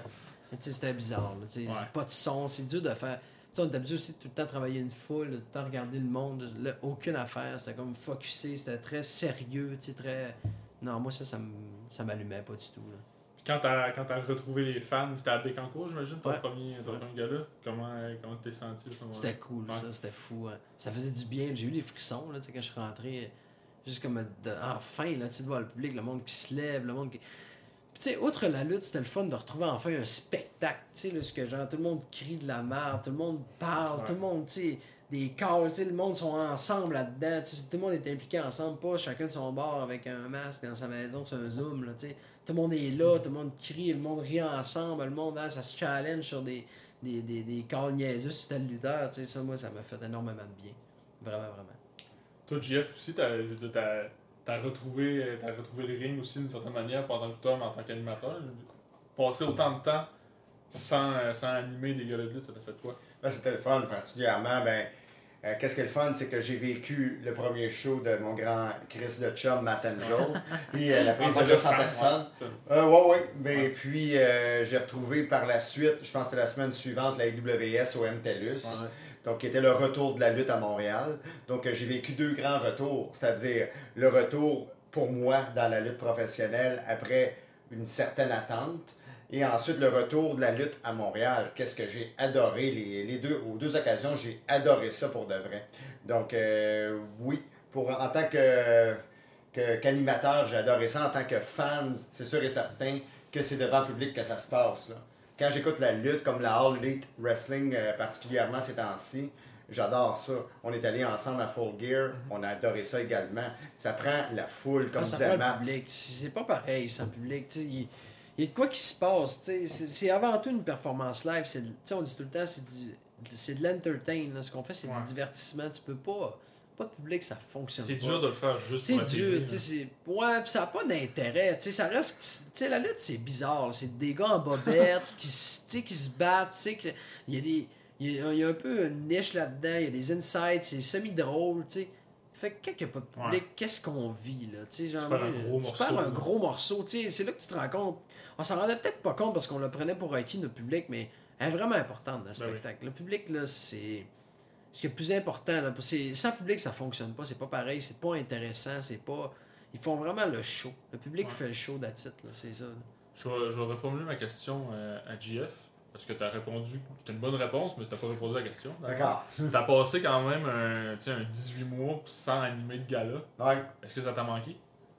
C'était bizarre, là, ouais. Pas de son, c'est dur de faire. T'sais, on est habitué aussi de tout le temps travailler une foule, de tout le temps regarder le monde, là, aucune affaire, c'était comme focusé, c'était très sérieux, très... Non, moi ça, ça, ça m'allumait pas du tout. Là. Puis quand t'as, quand t'as retrouvé les fans, c'était à Bécancour, j'imagine, ton ouais. premier, ton ouais. premier gars-là? Comment, comment t'es senti à ce moment-là? C'était cool, ouais. ça, c'était fou. Hein. Ça faisait du bien, j'ai eu des frissons là, quand je suis rentré, juste comme de, enfin, là, tu sais, de voir le public, le monde qui se lève, le monde qui... Tu sais, outre la lutte, c'était le fun de retrouver enfin un spectacle, tu sais, ce que genre, tout le monde crie de la merde, tout le monde parle, ouais. tout le monde, tu sais, des calls, tu sais, le monde sont ensemble là-dedans, tu sais, tout le monde est impliqué ensemble, pas chacun de son bord avec un masque dans sa maison, c'est un zoom, là, tu sais, tout le monde est là, tout le monde crie, le monde rit ensemble, le monde, hein, ça se challenge sur des, des, des, des calls niaiseux sur tel lutteur, tu sais, ça, moi, ça m'a fait énormément de bien, vraiment, vraiment. Toi, J F aussi, t'as, je veux dire, t'as... T'as retrouvé, t'as retrouvé le ring aussi d'une certaine manière pendant que toi, mais en tant qu'animateur. Passer autant de temps sans, sans animer des gars de lutte, ça t'a fait quoi? Là, c'était le fun, particulièrement. Ben, euh, qu'est-ce qui est le fun, c'est que j'ai vécu le premier show de mon grand Chris de chum, Matt Angel. Puis euh, la prise de lutte en personne. Oui, oui. Euh, ouais, ouais. Ben, ouais. Puis euh, j'ai retrouvé par la suite, je pense que c'était la semaine suivante, la A W S au M TELUS. Ouais. Donc, qui était le retour de la lutte à Montréal. Donc, j'ai vécu deux grands retours, c'est-à-dire le retour pour moi dans la lutte professionnelle après une certaine attente et ensuite le retour de la lutte à Montréal. Qu'est-ce que j'ai adoré, les, les deux, aux deux occasions, j'ai adoré ça pour de vrai. Donc, euh, oui, pour, en tant que, que, qu'animateur, j'ai adoré ça. En tant que fan, c'est sûr et certain que c'est devant le public que ça se passe, là. Quand j'écoute la lutte, comme la All Elite Wrestling, euh, particulièrement ces temps-ci, j'adore ça. On est allés ensemble à Full Gear, mm-hmm. on a adoré ça également. Ça prend la foule, comme ah, disait Matt. Public. C'est pas pareil sans public. Il y, y a de quoi qui se passe. C'est, c'est avant tout une performance live. C'est, on dit tout le temps, c'est, du, c'est de l'entertain. Là. Ce qu'on fait, c'est ouais. du divertissement. Tu peux pas... Pas de public, ça fonctionne c'est pas. C'est dur de le faire juste c'est pour la dur, T V. C'est dur, ouais, pis ça n'a pas d'intérêt. T'sais, ça reste... T'sais, la lutte, c'est bizarre. Là. C'est des gars en bobette qui, qui se battent. Il y a des... Il y, y a un peu une niche là-dedans. Il y a des insights. C'est semi-drôle. T'sais. Fait que quand il n'y a pas de public, ouais. qu'est-ce qu'on vit? Là? T'sais, genre, tu perds un tu gros morceau. Tu perds un gros morceau. T'sais, c'est là que tu te rends compte. On s'en rendait peut-être pas compte parce qu'on le prenait pour acquis, notre public, mais elle est vraiment importante dans le ben spectacle. Oui. Le public, là, c'est... Ce qui est le plus important, là, c'est, sans public, ça fonctionne pas. C'est pas pareil, c'est pas intéressant, c'est pas... Ils font vraiment le show. Le public ouais. fait le show d'attitude, c'est ça. Là. Je vais, je vais reformuler ma question euh, à J F, parce que tu as répondu... C'était une bonne réponse, mais tu n'as pas répondu à la question. D'accord. Tu as passé quand même un, un dix-huit mois sans animer de gala. Ouais. Est-ce que ça t'a manqué?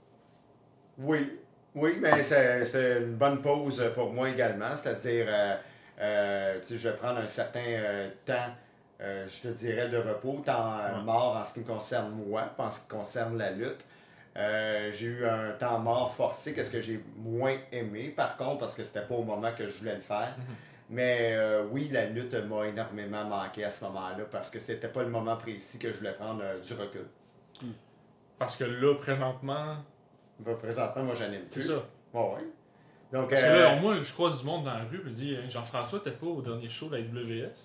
Oui. Oui, mais c'est, c'est une bonne pause pour moi également. C'est-à-dire, euh, euh, tu sais, je vais prendre un certain euh, temps... Euh, je te dirais de repos, temps euh, ouais. mort en ce qui me concerne moi, pas en ce qui concerne la lutte. Euh, j'ai eu un temps mort forcé, qu'est-ce que j'ai moins aimé, par contre, parce que c'était pas au moment que je voulais le faire. Mm-hmm. Mais euh, oui, la lutte m'a énormément manqué à ce moment-là, parce que c'était pas le moment précis que je voulais prendre euh, du recul. Mm. Parce que là, présentement... Ben, présentement, moi, j'en aime plus. C'est ça. Bon, oui. Donc, parce euh... que là, moi, je croise du monde dans la rue, je me dis, Jean-François, t'es pas au dernier show de la A W S?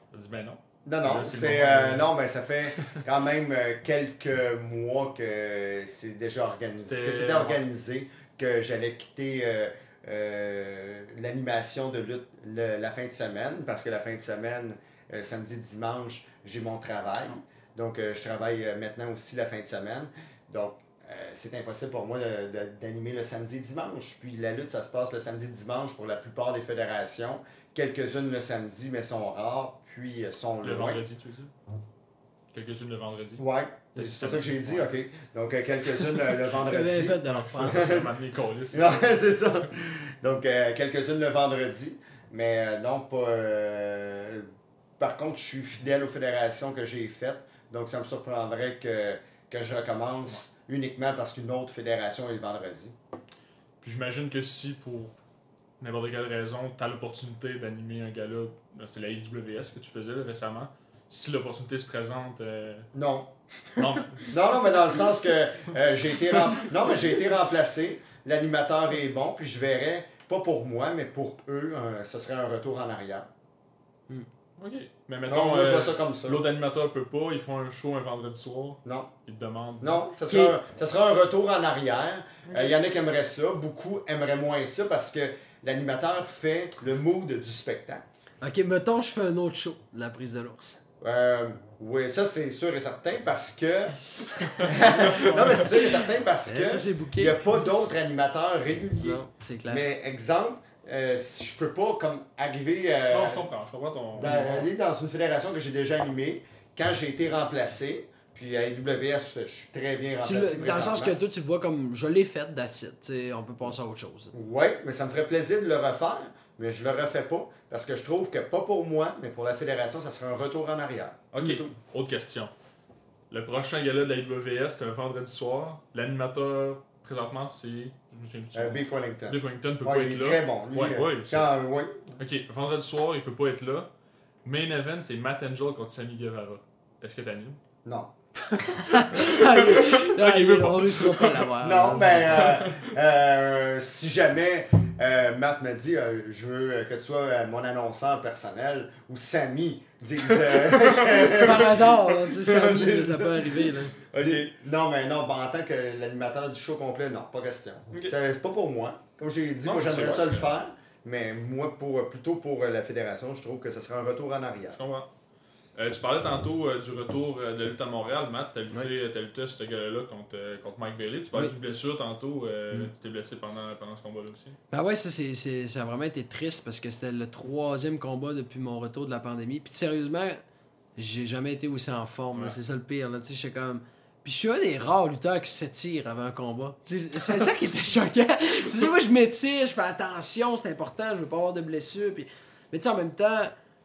J'ai dit, ben non. Non, non, Là, c'est c'est, bon, euh, euh, non, mais ça fait quand même euh, quelques mois que c'est déjà organisé, C'était- que c'était organisé, que j'allais quitter euh, euh, l'animation de lutte le- la fin de semaine, parce que la fin de semaine, euh, samedi, dimanche, j'ai mon travail. Donc, euh, je travaille euh, maintenant aussi la fin de semaine. Donc, euh, c'est impossible pour moi de- de- d'animer le samedi et dimanche. Puis la lutte, ça se passe le samedi et dimanche pour la plupart des fédérations. Quelques-unes le samedi, mais sont rares, puis euh, sont Le loin. vendredi, tu veux dire? Quelques-unes le vendredi. Ouais, Le c'est ça que j'ai dit, samedi, ok. Donc, euh, quelques-unes euh, le T'as vendredi. bien fait de leur prendre. Je vais m'amener coller, c'est Non, c'est ça. Donc, euh, quelques-unes le vendredi. Mais euh, non, pas. euh, Par contre, je suis fidèle aux fédérations que j'ai faites. Donc, ça me surprendrait que, que je recommence uniquement parce qu'une autre fédération est le vendredi. Puis j'imagine que si pour n'importe quelle raison, tu as l'opportunité d'animer un gala, ben, c'était la I W S que tu faisais là, récemment, si l'opportunité se présente. euh, Non. Non, mais Non, non, mais dans le sens que euh, j'ai été, rem- non, mais j'ai été remplacé. L'animateur est bon, puis je verrais, pas pour moi, mais pour eux, un- ce serait un retour en arrière. ok. Mais mettons, Non, moi, je euh, vois ça comme ça. l'autre animateur peut pas, ils font un show un vendredi soir, Non. ils te demandent. Non, ça Ok. sera, un, ça sera un retour en arrière. Il y en a qui aimeraient ça, beaucoup aimeraient moins ça parce que l'animateur fait le mood du spectacle. Ok, mettons, je fais un autre show de la prise de l'ours. Euh, oui, ça c'est sûr et certain parce que. non, mais c'est sûr et certain parce Eh, ça, que c'est il booké. n'y a pas d'autres animateurs réguliers. Non, c'est clair. Mais exemple, euh, si je peux pas comme arriver euh, Non, je comprends, je comprends ton. dans, aller dans une fédération que j'ai déjà animée, quand j'ai été remplacé, puis à I W S, je suis très bien Tu remplacé. le- dans le sens que présentement. toi, tu le vois comme je l'ai fait, that's it. T'sais, on peut passer à autre chose. Oui, mais ça me ferait plaisir de le refaire, mais je le refais pas parce que je trouve que pas pour moi, mais pour la fédération, ça serait un retour en arrière. Ok, C'est tout. autre question. Le prochain gala de la I W S, c'est un vendredi soir. L'animateur, présentement, c'est. Je me souviens plus. Euh, Beef Wellington. Biff Wellington peut Ouais, pas il être est là. très bon. Lui, Ouais, euh, ouais, quand, ouais. Ok, vendredi soir, il peut pas être là. Main event, c'est Matt Angel contre Sammy Guevara. Est-ce que t'animes? Non. Ah, il- ah, il il- veut pas. on réussira pas à l'avoir. Non, mais euh, euh, si jamais euh, Matt me dit euh, je veux euh, que tu sois euh, mon annonceur personnel ou Sammy dise. euh, Par hasard, là, tu sais, Samy, là, ça peut arriver. Là. Ok. Non, mais non, en tant que l'animateur du show complet, non, pas question. Ok. C'est c'est pas pour moi. Comme j'ai dit, Non, moi c'est j'aimerais vrai, ça le c'est vrai. faire, mais moi, pour, plutôt pour euh, la fédération, je trouve que ce serait un retour en arrière. Je comprends. Euh, tu parlais tantôt euh, du retour euh, de la lutte à Montréal, Matt. T'as lutté, t'as lutté ce gars-là contre, euh, contre Mike Bailey. Tu parlais Oui. d'une blessure tantôt. Euh, Mm. Tu t'es blessé pendant, pendant ce combat-là aussi. Ben ouais, ça, c'est, c'est, ça a vraiment été triste parce que c'était le troisième combat depuis mon retour de la pandémie. Puis sérieusement, j'ai jamais été aussi en forme. là. Ouais. C'est ça le pire. Là. Tu sais, j'étais comme... Puis je suis un des rares lutteurs qui s'étire avant un combat. C'est, c'est ça qui était choquant. C'est moi, je m'étire, je fais attention, c'est important, je veux pas avoir de blessures. Puis... Mais tu sais, en même temps,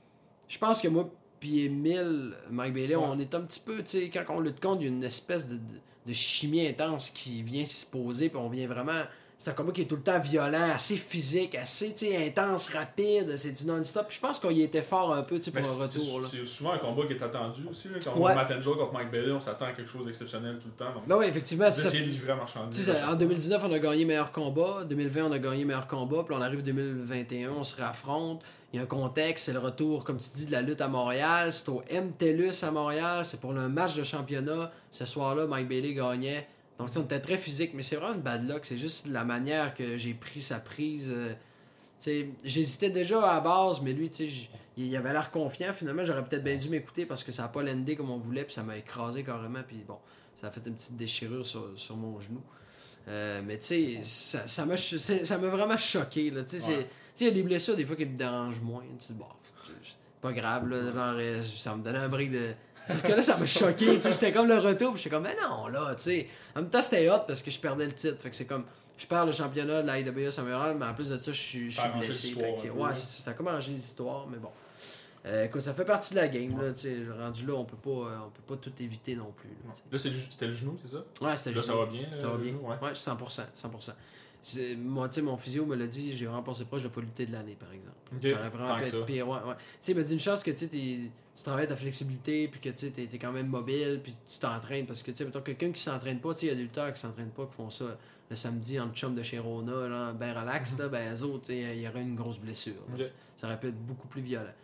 je pense que moi, puis Emile, Mike Bailey, Ouais. on est un petit peu, tu sais, quand on lutte contre, il y a une espèce de, de, de chimie intense qui vient se poser, puis on vient vraiment... C'est un combat qui est tout le temps violent, assez physique, assez, tu sais, intense, rapide, c'est du non-stop. Puis je pense qu'on y était fort un peu, tu sais, pour Mais un c'est- retour, là. c'est, c'est souvent un combat qui est attendu aussi. Là, quand on Ouais. voit Matt Angel contre Mike Bailey, on s'attend à quelque chose d'exceptionnel tout le temps. Donc, Ben oui, effectivement, tu sais, d'essayer de livrer la marchandise. Tu sais, en deux mille dix-neuf, on a gagné meilleur combat. deux mille vingt, on a gagné meilleur combat. Puis on arrive en deux mille vingt et un, on se réaffronte. Il y a un contexte, c'est le retour, comme tu dis, de la lutte à Montréal. C'est au M. TELUS à Montréal. C'est pour le match de championnat. Ce soir-là, Mike Bailey gagnait. Donc, tu sais, on était très physique. Mais c'est vraiment une bad luck. C'est juste la manière que j'ai pris sa prise. euh, tu sais, j'hésitais déjà à la base, mais lui, tu sais, j- il avait l'air confiant. Finalement, j'aurais peut-être bien dû m'écouter parce que ça n'a pas landé comme on voulait. Puis ça m'a écrasé carrément. Puis bon, ça a fait une petite déchirure sur, sur mon genou. Euh, mais tu sais, ça, ça m'a ch- c'est- ça m'a vraiment choqué. Là. Tu sais, Ouais. c'est- tu sais, il y a des blessures des fois qui me dérangent moins. Tu dis, bon, c'est pas grave, là, genre, euh, ça me donnait un break de. Sauf que là, ça m'a choqué. Tu sais, c'était comme le retour. Puis j'étais comme, mais non, là, tu sais. En même temps, c'était hot parce que je perdais le titre. Fait que c'est comme, je perds le championnat de la I W S à Montréal, mais en plus de ça, je suis je Ça suis a arrangé blessé. l'histoire Fait que, un peu, ouais, là. c'est- ça a comme arrangé l'histoire, mais bon. Euh, écoute, ça fait partie de la game, là, tu sais. Rendu là, on peut pas, euh, on peut pas tout éviter non plus. Là, tu sais. Là, c'est le- c'était le genou, c'est ça? Ouais, c'était Là, juste- ça va bien. Là, ça va le bien. genou, ouais. Ouais, cent pour cent. cent pour cent. C'est- Moi, tu sais, mon physio me l'a dit, j'ai vraiment passé proche de pas lutter de l'année, par exemple. Ok, Ça aurait vraiment tant pu que être ça. pire. Ouais, ouais. Tu sais, il m'a dit une chance que tu sais, t'es- tu travailles ta flexibilité, puis que tu es, quand même mobile, puis tu t'entraînes. Parce que, tu sais, mettons, quelqu'un qui s'entraîne pas, tu sais, il y a des lutteurs qui s'entraînent pas, qui font ça le samedi en chum de chez Rona, là, ben relax, là, ben eux autres, tu sais, il y aurait une grosse blessure. là. Ok. Ça aurait pu être beaucoup plus violent.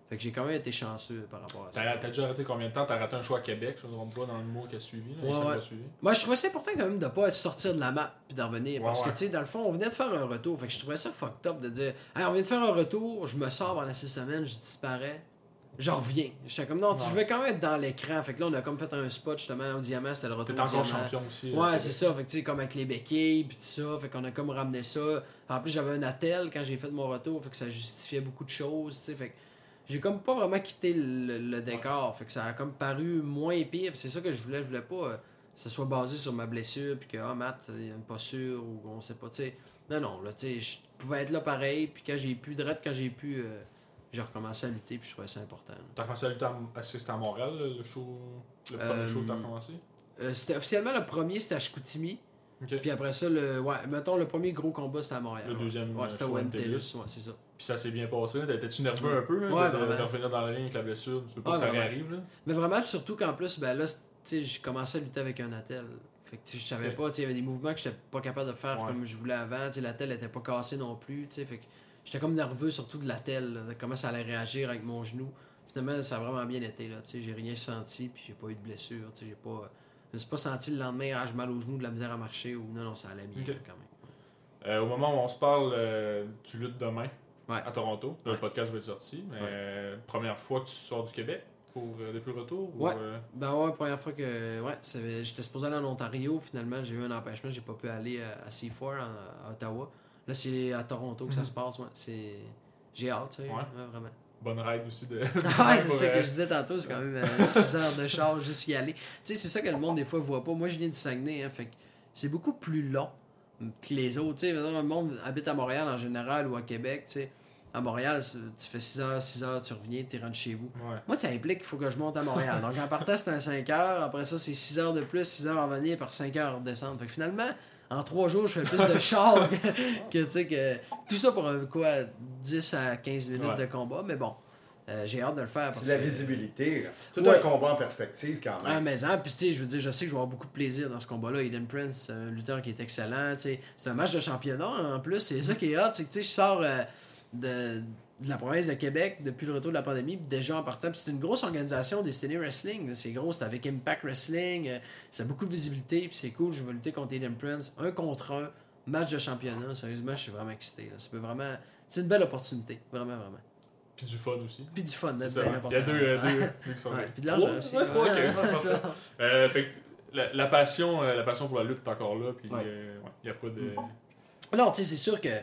Fait que j'ai quand même été chanceux par rapport à ça. T'as, t'as déjà raté combien de temps? T'as raté un show à Québec, je ne me trompe pas, dans le mois qui a suivi. Là, Ouais, ouais. suivi. Moi, je trouvais ça important quand même de pas sortir de la map puis d'en revenir. Ouais, parce ouais. que, tu sais, dans le fond, on venait de faire un retour. Fait que je trouvais ça fucked up de dire hey, on vient de faire un retour, je me sors pendant six semaines, je disparais. J'en reviens. J'étais comme non, tu je vais quand même être dans l'écran. Fait que là, on a comme fait un spot justement au diamant, c'était le retour. T'es au encore diamant. champion aussi. Ouais, euh, c'est ça. Fait que tu sais, comme avec les béquilles puis tout ça. Fait qu'on a comme ramené ça. En plus, j'avais un attel quand j'ai fait mon retour. Fait que ça justifiait beaucoup de choses, tu sais. Fait que j'ai comme pas vraiment quitté le, le décor. Fait que ça a comme paru moins pire. Puis c'est ça que je voulais. Je voulais pas euh, que ce soit basé sur ma blessure. Puis que, ah, Matt, il est pas sûr. Ou on sait pas, tu sais. Non, non, là, tu sais, je pouvais être là pareil. Puis quand j'ai pu, direct quand j'ai pu, euh, j'ai recommencé à lutter. Puis je trouvais ça important. Là. T'as commencé à lutter à... Est-ce que c'était à Montréal, le show, le premier Euh, show que t'as commencé? Euh, c'était officiellement le premier, c'était à Chicoutimi. Okay. Puis après ça, le, ouais, mettons, le premier gros combat, c'était à Montréal. Le deuxième ouais, c'était show au M T L U S. M T L U S, ouais, c'est ça. Puis ça s'est bien passé. T'étais-tu nerveux un peu là, Ouais, de, de, vraiment. de revenir dans le ring avec la blessure? Tu veux pas Ouais, que ça vraiment. réarrive? Là? Mais vraiment, surtout qu'en plus, ben là, tu sais, j'ai commencé à lutter avec un attel. Fait que je savais Ok. pas, tu sais, il y avait des mouvements que j'étais pas capable de faire Ouais. comme je voulais avant. Tu sais, l'attel était pas cassé non plus, tu sais. Fait que j'étais comme nerveux surtout de l'attel, là, de comment ça allait réagir avec mon genou. Finalement, ça a vraiment bien été, là. Tu sais, j'ai rien senti, puis j'ai pas eu de blessure, tu sais, j'ai pas. Je me suis pas senti le lendemain, ah, j'ai mal au genou, de la misère à marcher, ou non, non, ça allait bien Ok. là, quand même. Euh, au moment où on se parle, euh, tu luttes demain Ouais. à Toronto. Là, Ouais. Le podcast va être sorti. Mais Ouais. euh, première fois que tu sors du Québec pour, euh, depuis le retour? Ouais. Ou, euh... Ben ouais, première fois que. Ouais, c'est- j'étais supposé aller en Ontario, finalement, j'ai eu un empêchement, j'ai pas pu aller à, à C quatre, en- à Ottawa. Là, c'est à Toronto que ça Mhm. se passe, ouais. C'est. J'ai hâte, tu sais. Ouais. Ouais, vraiment. Bonne ride aussi de. Ouais, c'est pour, ça euh, que je disais tantôt, c'est quand même six heures de charge juste y aller. Tu sais, c'est ça que le monde, des fois, voit pas. Moi, je viens du Saguenay, hein, fait que c'est beaucoup plus long que les autres. Tu sais, maintenant, le monde habite à Montréal en général ou à Québec, tu sais. À Montréal, c'est- tu fais six heures, six heures, tu reviens, tu rentres chez vous. Ouais. Moi, ça implique qu'il faut que je monte à Montréal. Donc, en partant, c'est un cinq heures. Après ça, c'est six heures de plus, six heures à venir par cinq heures à descendre. Fait que finalement, en trois jours, je fais plus de char que, que, tu sais, que. Tout ça pour un, quoi, dix à quinze minutes Ouais. de combat. Mais bon, euh, j'ai hâte de le faire. C'est parce de la que- visibilité. Là. Tout Ouais. un combat en perspective quand Ah, même. mais hein, puis tu sais, je veux dire, je sais que je vais avoir beaucoup de plaisir dans ce combat-là. Eden Prince, c'est un lutteur qui est excellent, tu sais. C'est un match de championnat en plus, c'est ça qui est hot, c'est que tu sais, je sors euh, de, de la province de Québec depuis le retour de la pandémie, puis déjà en partant, puis c'est une grosse organisation, Destiny Wrestling, là, c'est gros, c'est avec Impact Wrestling, euh, ça a beaucoup de visibilité, puis c'est cool, je vais lutter contre Eden Prince, un contre un, match de championnat, sérieusement, je suis vraiment excité, là. Ça peut vraiment, c'est une belle opportunité, vraiment, vraiment. Puis du fun aussi. Puis du fun, C'est c'est ça. bien Il important. y a deux, euh, deux, deux qui sont Ouais, là. puis de l'argent Trois? aussi. Ouais, trois, ok. Ouais, Ouais, ça. parfait. Euh, fait que la, la passion, euh, la passion pour la lutte est encore là, puis il Ouais. n'y a pas de. Non, tu sais, c'est sûr que.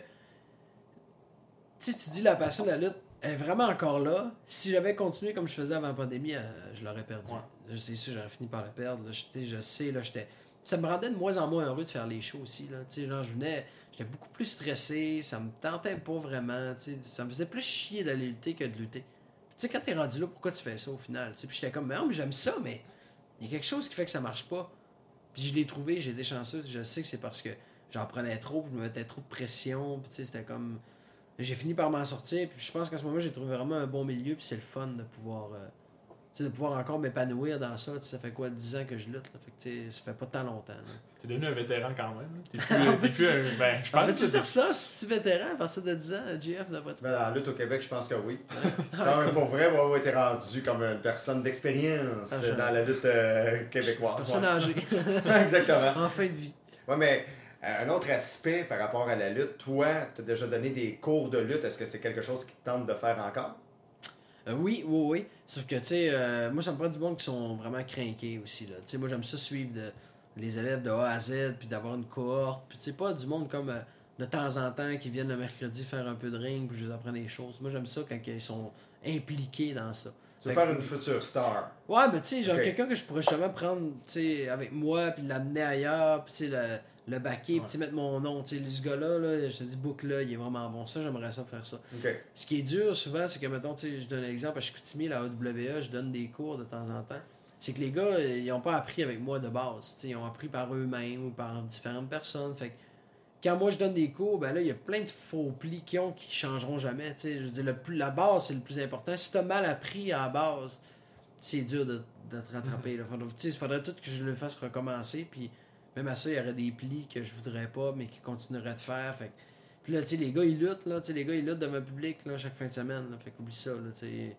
Tu sais, tu dis la passion de la lutte est vraiment encore là. Si j'avais continué comme je faisais avant la pandémie, euh, je l'aurais perdu. Ouais. Je sais sûr, j'aurais fini par le perdre. Là. Je, tu sais, je sais, là, j'étais. Ça me rendait de moins en moins heureux de faire les shows aussi. Là. Tu sais, genre, je venais. J'étais beaucoup plus stressé. Ça me tentait pas vraiment. Tu sais, ça me faisait plus chier d'aller lutter que de lutter. Tu sais, quand t'es rendu là, pourquoi tu fais ça au final? Tu sais, puis j'étais comme, mais non, mais j'aime ça, mais il y a quelque chose qui fait que ça marche pas. Puis je l'ai trouvé, j'ai été chanceux. Je sais que c'est parce que j'en prenais trop, puis je me mettais trop de pression. Puis tu sais, c'était comme. J'ai fini par m'en sortir, puis je pense qu'à ce moment, j'ai trouvé vraiment un bon milieu, puis c'est le fun de pouvoir. euh, tu sais, de pouvoir encore m'épanouir dans ça. Tu sais, ça fait quoi, dix ans que je lutte, là. Fait que tu sais, ça fait pas tant longtemps. Là. T'es devenu un vétéran quand même. là. T'es plus, En t'es fait, plus un. Ben, je En pense fait, que tu c'est dire ça, si tu es vétéran à partir de dix ans, J F d'après toi. Ben, dans la lutte au Québec, je pense que oui. Quand même, pour vrai, moi, j'ai été rendu comme une personne d'expérience Ah, je- dans la lutte euh, québécoise. Personne ouais. âgée. Exactement. En fin de vie. Ouais, mais euh, un autre aspect par rapport à la lutte, toi, tu as déjà donné des cours de lutte. Est-ce que c'est quelque chose qui te tente de faire encore? Euh, oui, oui, oui. Sauf que, tu sais, euh, moi, ça me prend du monde qui sont vraiment craqués aussi. Là. Tu sais, moi, j'aime ça suivre de, les élèves de A à Z, puis d'avoir une cohorte. Puis, tu sais, pas du monde comme euh, de temps en temps qui viennent le mercredi faire un peu de ring, puis je les apprends des choses. Moi, j'aime ça quand ils sont impliqués dans ça. Tu veux Fait faire que- une future star. Ouais, mais tu sais, genre Ok. quelqu'un que je pourrais justement prendre, tu sais, avec moi, puis l'amener ailleurs, puis tu sais, le, le backer, puis tu sais, mettre mon nom. Tu sais, ce gars-là, là, je te dis, Book là, il est vraiment bon. Ça, j'aimerais ça faire ça. OK. Ce qui est dur souvent, c'est que, mettons, tu sais, je donne un exemple à Chicoutimi, la A W E, je donne des cours de temps en temps. C'est que les gars, ils n'ont pas appris avec moi de base. Tu sais, ils ont appris par eux-mêmes ou par différentes personnes. Fait que quand moi je donne des cours, ben là, il y a plein de faux plis qui ont qui changeront jamais. Tu sais, je veux dire, le plus, la base, c'est le plus important. Si tu as mal appris à la base, c'est dur de, de te rattraper. Là. Faudrait- tu sais, il faudrait tout que je le fasse recommencer. Puis même à ça, il y aurait des plis que je voudrais pas, mais qui continueraient de faire. Fait que- puis là, tu sais, les gars, ils luttent. Là, tu sais, les gars, ils luttent devant le public là, chaque fin de semaine. Là, fait qu'oublie ça. Là, tu sais.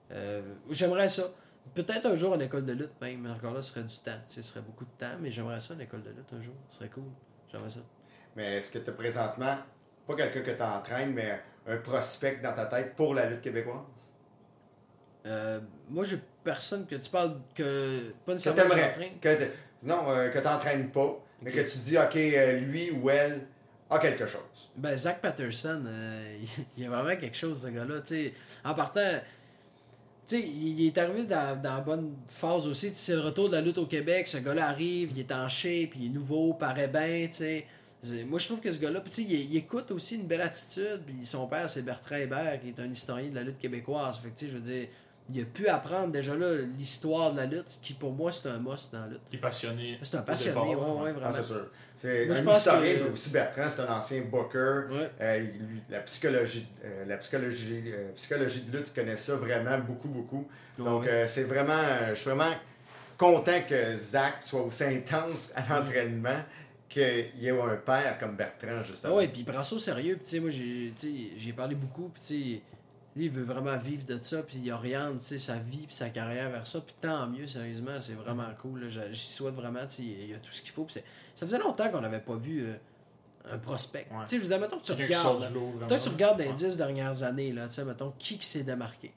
Euh, j'aimerais ça. Peut-être un jour une école de lutte, même. Mais encore là, ce serait du temps. Ce serait beaucoup de temps, mais j'aimerais ça, une école de lutte un jour. Ce serait cool. J'aimerais ça. Mais est-ce que tu as présentement, pas quelqu'un que tu entraînes, mais un prospect dans ta tête pour la lutte québécoise? Euh, moi, j'ai personne que tu parles que. Pas Que nécessairement que t'aimerais, j'entraîne. que t'- non, euh, que tu n'entraînes pas, mais Ok. que tu dis, OK, euh, lui ou elle a quelque chose. Ben, Zach Patterson, euh, il y a vraiment quelque chose, ce gars-là. T'sais. En partant, t'sais, il est arrivé dans, dans la bonne phase aussi. T'sais, c'est le retour de la lutte au Québec. Ce gars-là arrive, il est en shape, il est nouveau, paraît bien. T'sais. Moi, je trouve que ce gars-là, pis, t'sais, il, il écoute aussi une belle attitude. Puis son père, c'est Bertrand Hébert, qui est un historien de la lutte québécoise. Fait que, t'sais, je veux dire, il a pu apprendre déjà là l'histoire de la lutte, qui pour moi, c'est un must dans la lutte. Il est passionné. C'est un au passionné, départ, ouais, ouais, ouais. vraiment. Ah, c'est sûr. C'est Moi, je un pense historien, que- mais aussi Bertrand, c'est un ancien booker. Ouais. Euh, il- la psychologie, euh, la psychologie, euh, psychologie de lutte, il connaît ça vraiment beaucoup, beaucoup. Donc, Ouais. euh, c'est vraiment, euh, je suis vraiment content que Zach soit aussi intense à l'entraînement qu'il y ait un père comme Bertrand, justement. Ah ouais, puis il prend ça au sérieux. Puis tu sais, moi, j'ai tu sais, j'ai parlé beaucoup. Puis tu sais, lui, il veut vraiment vivre de ça. Puis il oriente tu sais, sa vie puis sa carrière vers ça. Puis tant mieux, sérieusement. C'est vraiment cool. là. Je- J'y souhaite vraiment. Tu sais, il y a tout ce qu'il faut. Puis c'est- ça faisait longtemps qu'on n'avait pas vu euh, un prospect. Ouais. Tu sais, je veux dire, mettons que tu Quelqu'un qui sort regardes. du lot, vraiment. Toi, tu regardes dans les Ouais. dix dernières années, là, tu sais, mettons, qui qui s'est démarqué.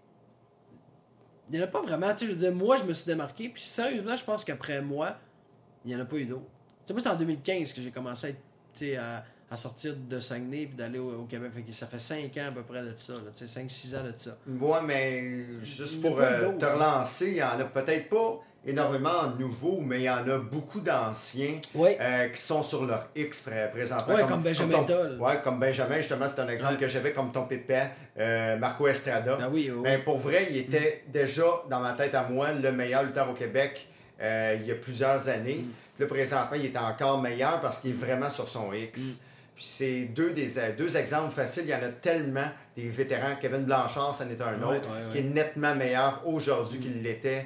Il n'y en a pas vraiment. Tu sais, je veux dire, moi, je me suis démarqué. Puis sérieusement, je pense qu'après moi, il n'y en a pas eu d'autres. Tu sais, moi, c'est en deux mille quinze que j'ai commencé à être, tu sais, à, à sortir de Saguenay puis d'aller au, au Québec. Fait que ça fait cinq ans à peu près de ça, là, tu sais, cinq six ans de ça. Ouais, mais juste Il y en a pour pas euh, d'autres, te hein. relancer, il y en a peut-être pas énormément de nouveaux, mais il y en a beaucoup d'anciens Oui. euh, qui sont sur leur X pré- présentement. Ouais, comme Benjamin ton- Toll. Ouais, comme Benjamin, justement, c'est un exemple Ouais. que j'avais comme ton pépé, euh, Marco Estrada. Ah oui, oui. Ben, pour vrai, il était déjà, dans ma tête à moi, le meilleur lutteur au Québec euh, il y a plusieurs années. Mm. Puis là, présentement, il est encore meilleur parce qu'il est vraiment sur son X. Mm. Puis c'est deux, des, euh, deux exemples faciles. Il y en a tellement des vétérans. Kevin Blanchard, c'en est un Ouais, autre, ouais, ouais. qui est nettement meilleur aujourd'hui qu'il l'était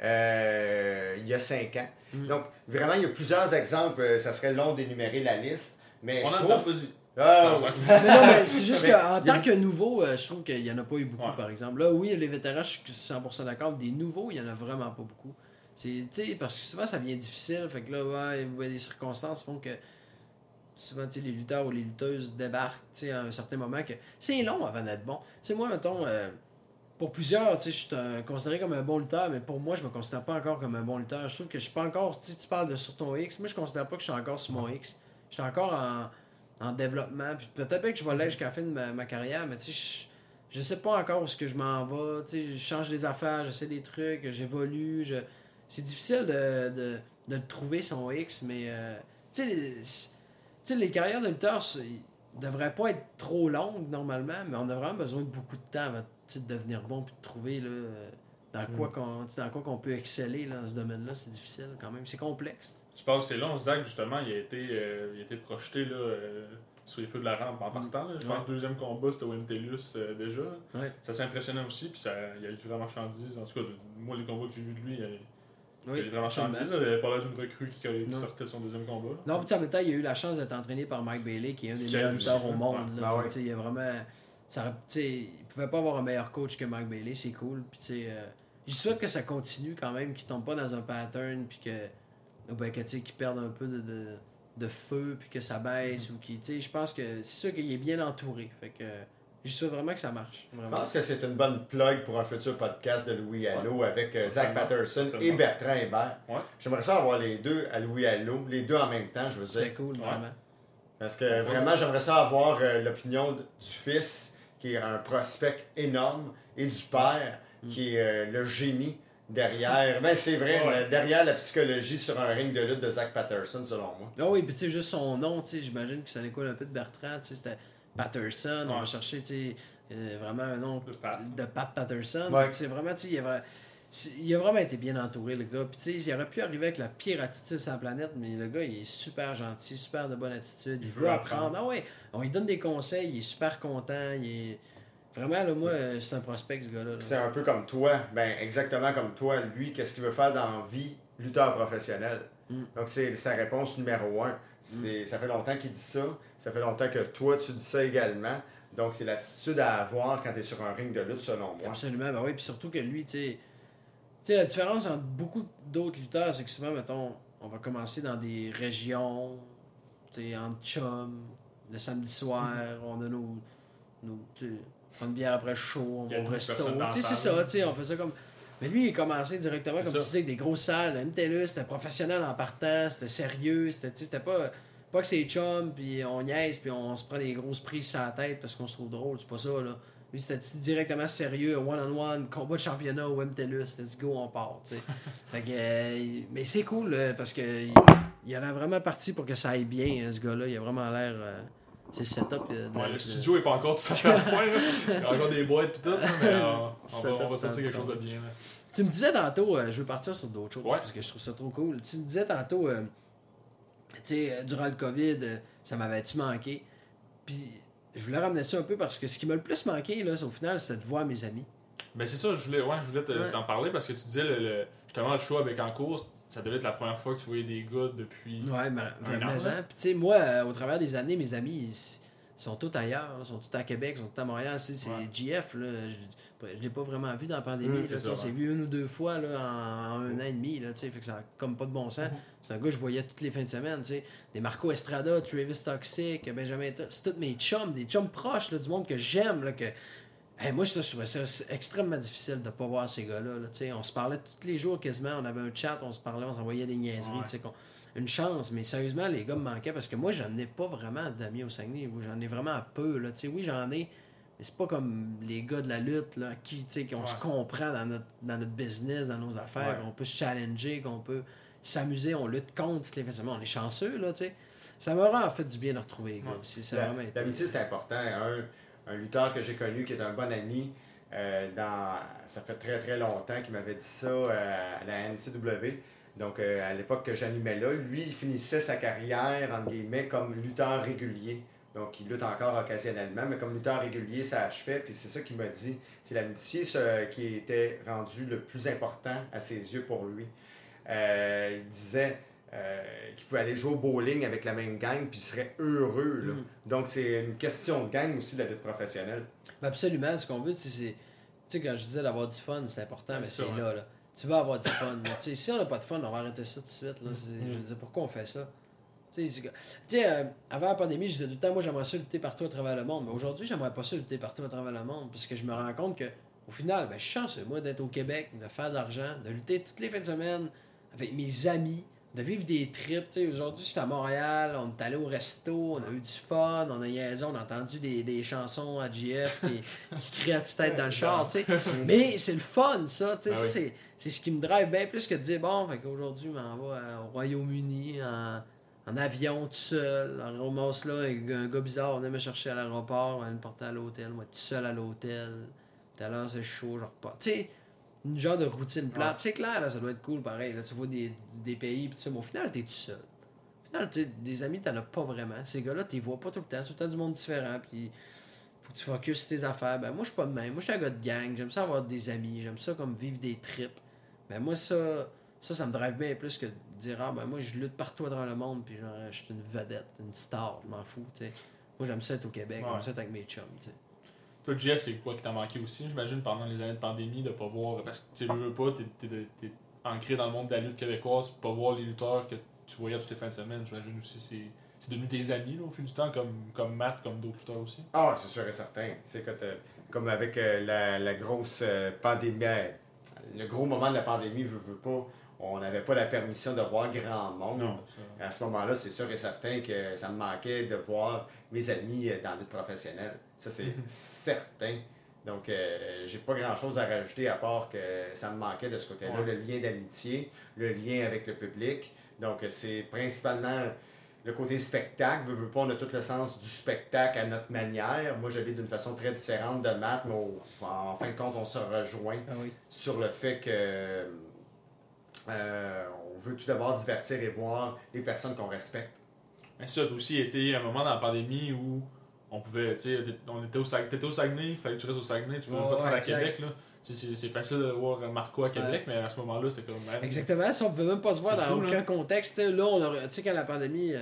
euh, il y a cinq ans. Mm. Donc, vraiment, il y a plusieurs exemples. Euh, Ça serait long d'énumérer la liste. Mais On je a le trouve... temps, vas-y. Ah, Non, Mais non, mais c'est juste Mais qu'en il y a- tant que nouveau, euh, je trouve qu'il n'y en a pas eu beaucoup, Ouais. par exemple. Là, oui, les vétérans, je suis cent pour cent d'accord. Des nouveaux, il n'y en a vraiment pas beaucoup. C'est, tu sais, parce que souvent, ça devient difficile. Fait que là, ouais, ouais, des circonstances font que souvent, tu sais, les lutteurs ou les lutteuses débarquent, tu sais, à un certain moment que c'est long avant d'être bon. Tu sais, moi, mettons, euh, pour plusieurs, tu sais, je suis un- considéré comme un bon lutteur, mais pour moi, je me considère pas encore comme un bon lutteur. Je trouve que je suis pas encore, tu sais, tu parles de sur ton X. Moi, je considère pas que je suis encore sur mon X. Je suis encore en, en développement. Puis peut-être pas que je vais l'être jusqu'à la fin de ma, ma carrière, mais tu sais, je, je sais pas encore où est-ce que je m'en vais. Tu sais, je change des affaires, j'essaie des trucs, j'évolue. Je... C'est difficile de, de, de le trouver son X, mais euh, tu sais, les- tu sais, les carrières de lutteurs, c'est- ils devraient pas être trop longues normalement, mais on a vraiment besoin de beaucoup de temps avant tu sais, de devenir bon puis de trouver là, euh, dans quoi qu'on tu sais, dans quoi qu'on peut exceller là, dans ce domaine-là. C'est difficile quand même, c'est complexe. Tu parles, c'est long. Zach, justement, il a été, euh, il a été projeté là, euh, sur les feux de la rampe en partant. Là. Je pense Ouais. que le deuxième combat, c'était au M T L U S euh, déjà. Ouais. Ça s'est impressionnant aussi, puis ça, il a livré la marchandise. En tout cas, de- moi, les combats que j'ai vus de lui, il a, il a Oui, livré la marchandise. absolument. Là. Il avait pas l'air d'une recrue qui, qui Non. sortait de son deuxième combat. Là. Non, puis tu sais, en même temps, il a eu la chance d'être entraîné par Mike Bailey, qui est un Ce des qui meilleurs aide lutteurs aussi, au là. monde. Ouais. Là. Ah Fait ouais. que, tu sais, il y a vraiment. Ça, aurait- tu sais, il pouvait pas avoir un meilleur coach que Mike Bailey, c'est cool. Puis, tu sais, euh, je souhaite que ça continue quand même, qu'il tombe pas dans un pattern, puis que. Ben, que, tu sais, qu'il perde un peu de, de, de feu, puis que ça baisse, ou qu'il. Tu sais, je pense que c'est sûr qu'il est bien entouré. Fait que. Je souhaite vraiment que ça marche. Je Vraiment. pense que c'est une bonne plug pour un futur podcast de Louis Allo avec euh, Zach Certainement. Patterson et Certainement. Bertrand Hébert. Ouais. J'aimerais ça avoir les deux à Louis Allo, les deux en même temps, je veux C'est dire. cool, Ouais. vraiment. Parce que vraiment, j'aimerais ça avoir euh, l'opinion de- du fils, qui est un prospect énorme, et du père, qui est euh, le génie derrière. Ben, c'est vrai, Ouais. le- derrière la psychologie sur un ring de lutte de Zach Patterson, selon moi. Ah oui, puis tu sais, juste son nom, tu sais, j'imagine que ça découle un peu de Bertrand, tu sais, c'était Patterson, on Ouais. va chercher, tu sais, euh, vraiment un nom De Pat. de Pat Patterson. Ouais. Tu sais, vraiment, tu sais, il, avait- c'est- il a vraiment été bien entouré, le gars. Puis tu sais, il aurait pu arriver avec la pire attitude sur la planète, mais le gars, il est super gentil, super de bonne attitude, il, Il veut veut apprendre. apprendre. Ah ouais, on lui donne des conseils, il est super content, il est... Vraiment, là, moi, euh, c'est un prospect, ce gars-là. là. C'est un peu comme toi, ben exactement comme toi. Lui, qu'est-ce qu'il veut faire dans la vie? Lutteur professionnel. Mm. Donc, c'est sa réponse numéro un. C'est, Ça fait longtemps qu'il dit ça. Ça fait longtemps que toi, tu dis ça également. Donc, c'est l'attitude à avoir quand tu es sur un ring de lutte, selon moi. Absolument, ben oui, puis surtout que lui, tu sais, tu sais, la différence entre beaucoup d'autres lutteurs, c'est que souvent, mettons, on va commencer dans des régions, tu sais, en chum, le samedi soir, mm-hmm. on a nos, nos tu sais, on prend une bière après le show, on va au resto, tu sais, c'est ça, tu sais, on fait ça comme... Mais lui, il a commencé directement, c'est comme ça. Tu disais, avec des grosses salles, M T L U, c'était professionnel en partant, c'était sérieux, c'était, tu sais, c'était pas... Pas que c'est chum, puis on niaise, puis on se prend des grosses prises sur la tête parce qu'on se trouve drôle, c'est pas ça, là. Lui, c'était directement sérieux, one-on-one, combat de championnat au M T L U, c'était du go, on part, tu sais. Fait que, euh, mais c'est cool, là, parce que il, il a vraiment parti pour que ça aille bien, hein, ce gars-là. Il a vraiment l'air... Euh, c'est le setup. Euh, ouais, le studio le... est pas encore tout à fait à point, là. Il y a encore des boîtes et tout, là, mais euh, on, va, on va sortir quelque chose de bien, là. Tu me disais tantôt, euh, je veux partir sur d'autres choses, ouais. parce que je trouve ça trop cool. Tu me disais tantôt... Euh, tu sais, durant le COVID, ça m'avait-tu manqué? Puis, je voulais ramener ça un peu parce que ce qui m'a le plus manqué, là, au final, c'est de voir mes amis. Ben, c'est ça, je voulais, ouais, je voulais te, ouais. t'en parler parce que tu disais, le, le, justement, le show avec En Course, ça devait être la première fois que tu voyais des gars depuis. Ouais, mais, un an. Puis, tu sais, moi, euh, au travers des années, mes amis, ils, ils sont tous ailleurs, là, ils sont tous à Québec, ils sont tous à Montréal. C'est, c'est ouais. G F, là. Je, je l'ai pas vraiment vu dans la pandémie. Mmh, là, ça, on ouais. s'est vu une ou deux fois là, en, en un an et demi. Là, fait que ça n'a comme pas de bon sens. Mmh. C'est un gars que je voyais toutes les fins de semaine. T'sais. Des Marco Estrada, Travis Toxic, Benjamin... C'est tous mes chums, des chums proches là, du monde que j'aime. Là, que... Hey, moi, je trouvais ça extrêmement difficile de ne pas voir ces gars-là. Là, on se parlait tous les jours quasiment. On avait un chat, on se parlait, on s'envoyait des niaiseries. Ouais. Une chance, mais sérieusement, les gars me manquaient parce que moi, j'en ai pas vraiment d'amis au Saguenay. J'en ai vraiment peu. Là. Oui, j'en ai... Mais c'est pas comme les gars de la lutte là, qui, qu'on ouais. se comprend dans notre, dans notre business, dans nos affaires, ouais. qu'on peut se challenger, qu'on peut s'amuser, on lutte contre toutes les fins de semaine. On est chanceux, là, tu sais. Ça m'a vraiment fait du bien de retrouver les gars. Ouais. C'est, c'est la, vraiment été... L'amitié, c'est important. Un, un lutteur que j'ai connu, qui est un bon ami, euh, dans, ça fait très très longtemps qu'il m'avait dit ça euh, à la N C W. Donc, euh, à l'époque que j'animais là, lui, il finissait sa carrière, entre guillemets, comme lutteur régulier. Donc, il lutte encore occasionnellement, mais comme lutteur régulier, ça achevait. Puis c'est ça qu'il m'a dit. C'est l'amitié ce, qui était rendu le plus important à ses yeux pour lui. Euh, il disait euh, qu'il pouvait aller jouer au bowling avec la même gang, puis il serait heureux. Là. Mm. Donc, c'est une question de gang aussi, de la lutte professionnelle. Absolument. Ce qu'on veut, c'est... Tu sais, quand je disais d'avoir du fun, c'est important, mais c'est, c'est là, là. Tu vas avoir du fun. Si on n'a pas de fun, on va arrêter ça tout de suite. Là. Mm. Je veux dire, pourquoi on fait ça? Tu sais, euh, avant la pandémie, je disais tout le temps, moi, j'aimerais ça lutter partout à travers le monde. Mais aujourd'hui, j'aimerais pas ça lutter partout à travers le monde. Parce que je me rends compte qu'au final, ben, je suis chanceux, moi, d'être au Québec, de faire de l'argent, de lutter toutes les fins de semaine avec mes amis, de vivre des trips. Tu sais, aujourd'hui, je suis à Montréal, on est allé au resto, on a eu du fun, on a niaisé, on a entendu des, des chansons à G F qui, qui crient à tue-tête dans le char, tu sais. Mais c'est le fun, ça, tu sais. Ah, ça, oui. c'est, c'est ce qui me drive bien plus que de dire, bon, fait qu'aujourd'hui, je m'en vais au Royaume-Uni, en... en avion, tout seul, en ramasse là, avec un gars bizarre, on venait me chercher à l'aéroport, on allait me porter à l'hôtel, moi, tout seul à l'hôtel. Tout à l'heure, c'est chaud, je repars. Tu sais, une genre de routine plate. Ouais. C'est clair, là, ça doit être cool, pareil. Là, tu vois des, des pays, pis tout ça, mais au final, t'es tout seul. Au final, t'es, des amis, t'en as pas vraiment. Ces gars-là, t'es vois pas tout le temps. C'est tout le temps du monde différent, puis faut que tu focuses sur tes affaires. Ben, moi, je suis pas de même. Moi, je suis un gars de gang. J'aime ça avoir des amis. J'aime ça comme vivre des trips. Ben, moi, ça, ça, ça me drive bien plus que dire ah ben moi je lutte partout dans le monde puis genre je suis une vedette, une star, je m'en fous, tu sais. Moi j'aime ça être au Québec, ouais. J'aime ça être avec mes chums, tu sais. Toi Jeff, c'est quoi qui t'a manqué aussi, j'imagine, pendant les années de pandémie, de pas voir, parce que tu veux pas, t'es, t'es, t'es ancré dans le monde de la lutte québécoise, pas voir les lutteurs que tu voyais toutes les fins de semaine, j'imagine aussi c'est, c'est devenu tes amis là, au fil du temps, comme, comme Matt, comme d'autres lutteurs aussi. Ah c'est sûr et certain, tu sais quand comme avec euh, la, la grosse euh, pandémie, le gros moment de la pandémie, veux, veux pas, on n'avait pas la permission de voir grand monde. Non, à ce moment-là, c'est sûr et certain que ça me manquait de voir mes amis dans la lutte professionnelle. Ça, c'est certain. Donc, euh, j'ai pas grand-chose à rajouter à part que ça me manquait de ce côté-là. Ouais. Le lien d'amitié, le lien avec le public. Donc, c'est principalement le côté spectacle. Veux, veux pas, on a tout le sens du spectacle à notre manière. Moi, je vis d'une façon très différente de Matt, mais au, en fin de compte, on se rejoint ah oui. sur le fait que Euh, on veut tout d'abord divertir et voir les personnes qu'on respecte. Mais ça a aussi été un moment dans la pandémie où on pouvait, tu sais, on était au Saguenay, t'étais au Saguenay, il fallait que tu restes au Saguenay, tu ne pouvais oh, pas te rendre à Québec, là. C'est, c'est facile de voir Marco à Québec, ouais. Mais à ce moment-là, c'était comme... Exactement, si on ne pouvait même pas se voir c'est dans fou, aucun là. Contexte. Là, on a, tu sais, quand la pandémie,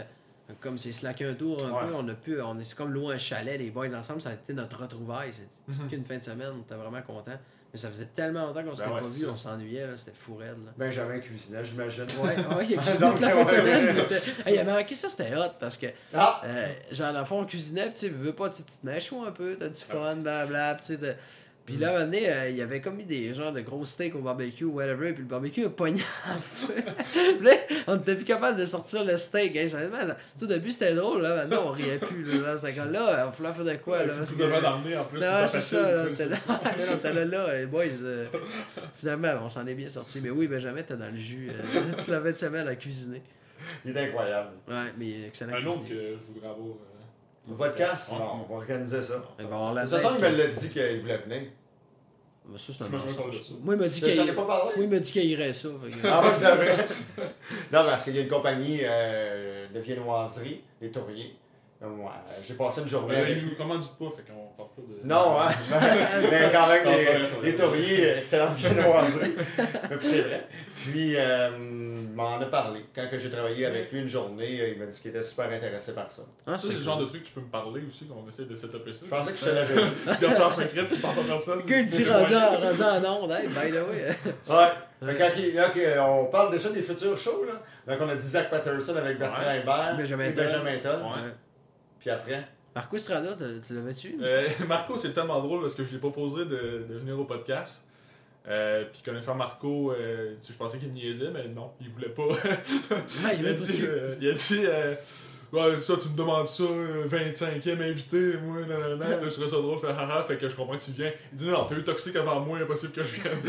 Comme c'est slacké un tour un Ouais. peu, on a pu, on est c'est comme louer un chalet, les boys ensemble, ça a été notre retrouvaille. C'était toute Mhm. qu'une fin de semaine, on était vraiment contents. Mais ça faisait tellement longtemps qu'on s'était ouais, pas c'est vu, ça. on s'ennuyait, là, c'était fou raide. Là. Benjamin cuisinait, j'imagine. Ouais, ouais, il a cuisiné toute la fin de semaine. Il, était... hey, il avait manqué ça, c'était hot parce que, Ah! euh, genre, dans le fond, on cuisinait, pis tu sais, veux pas, tu tu te mets chaud un peu, t'as du fun, blablabla, pis tu sais, t'as- puis là, à un moment donné, euh, il y avait comme mis des genres de gros steaks au barbecue ou whatever, puis le barbecue a pogné en feu. Puis là, on était plus capable de sortir le steak. Hein, sérieusement, au début, c'était drôle, là, maintenant, on riait plus. Là, là, c'était comme là, il va falloir faire de quoi, là. Parce Tu que... devais l'emmener en plus. Non, pas c'est facile ça, de là, trouver t'es une là, solution. non, t'es là, là, les boys. euh, Finalement, on s'en est bien sorti. Mais oui, Benjamin, t'es dans le jus. Euh, toute la fin de semaine à cuisiner. Il est incroyable. Ouais, mais excellent. Un autre cuisinier. que je voudrais avoir. euh, Le podcast, Ouais. non, on va organiser ça. Il va y avoir la De toute façon, il tête, me l'a dit qu'il voulait venir. mais ça, c'est un Je me souviens pas de mensonge. ça. Moi, il m'a dit Je n'en ai qu'il pas parlé. oui, il m'a dit qu'il irait ça. fait que- Ah, moi, je l'avais. Non, parce qu'il y a une compagnie euh, de viennoiserie, les Touriers. Euh, ouais, j'ai passé une journée Mais avec il nous commande pas, fait qu'on parle pas de. Non, hein? Mais quand même, Non, c'est vrai, les, c'est vrai. les Touriers, excellente viennoiserie. Puis c'est vrai. Puis, euh, il m'en a parlé. Quand que j'ai travaillé avec lui une journée, il m'a dit qu'il était super intéressé par ça. Ah, Ça, c'est le cool. genre de truc que tu peux me parler aussi, qu'on essaie de setuper ça. Je pensais que je te l'avais dit. Tu gardes ça en secret, tu parles pas personne. Le gars, il dit rendu en, rendu en onde, hey, by the way. Ouais. Fait que quand il- là, que- on parle déjà des futurs shows, là. Donc, on a dit Zach Patterson avec Bertrand Ouais. Hébert. Benjamin puis Todd. Benjamin Todd. Ouais. Ouais. Puis après. Marco Strada, tu tu l'avais-tu? Euh, Marco, c'est tellement drôle parce que je lui ai proposé de, de venir au podcast. Euh, puis connaissant Marco, euh, tu sais, je pensais qu'il me niaisait, mais non, il voulait pas. Ah, il il, a m'a dit, dit. euh, il a dit euh, ouais, ça, tu me demandes ça, euh, vingt-cinquième invité, moi, nanana. Là, je trouvais ça drôle, je fais haha, fait que je comprends que tu viens. Il dit non, t'as eu toxique avant moi, impossible que je vienne.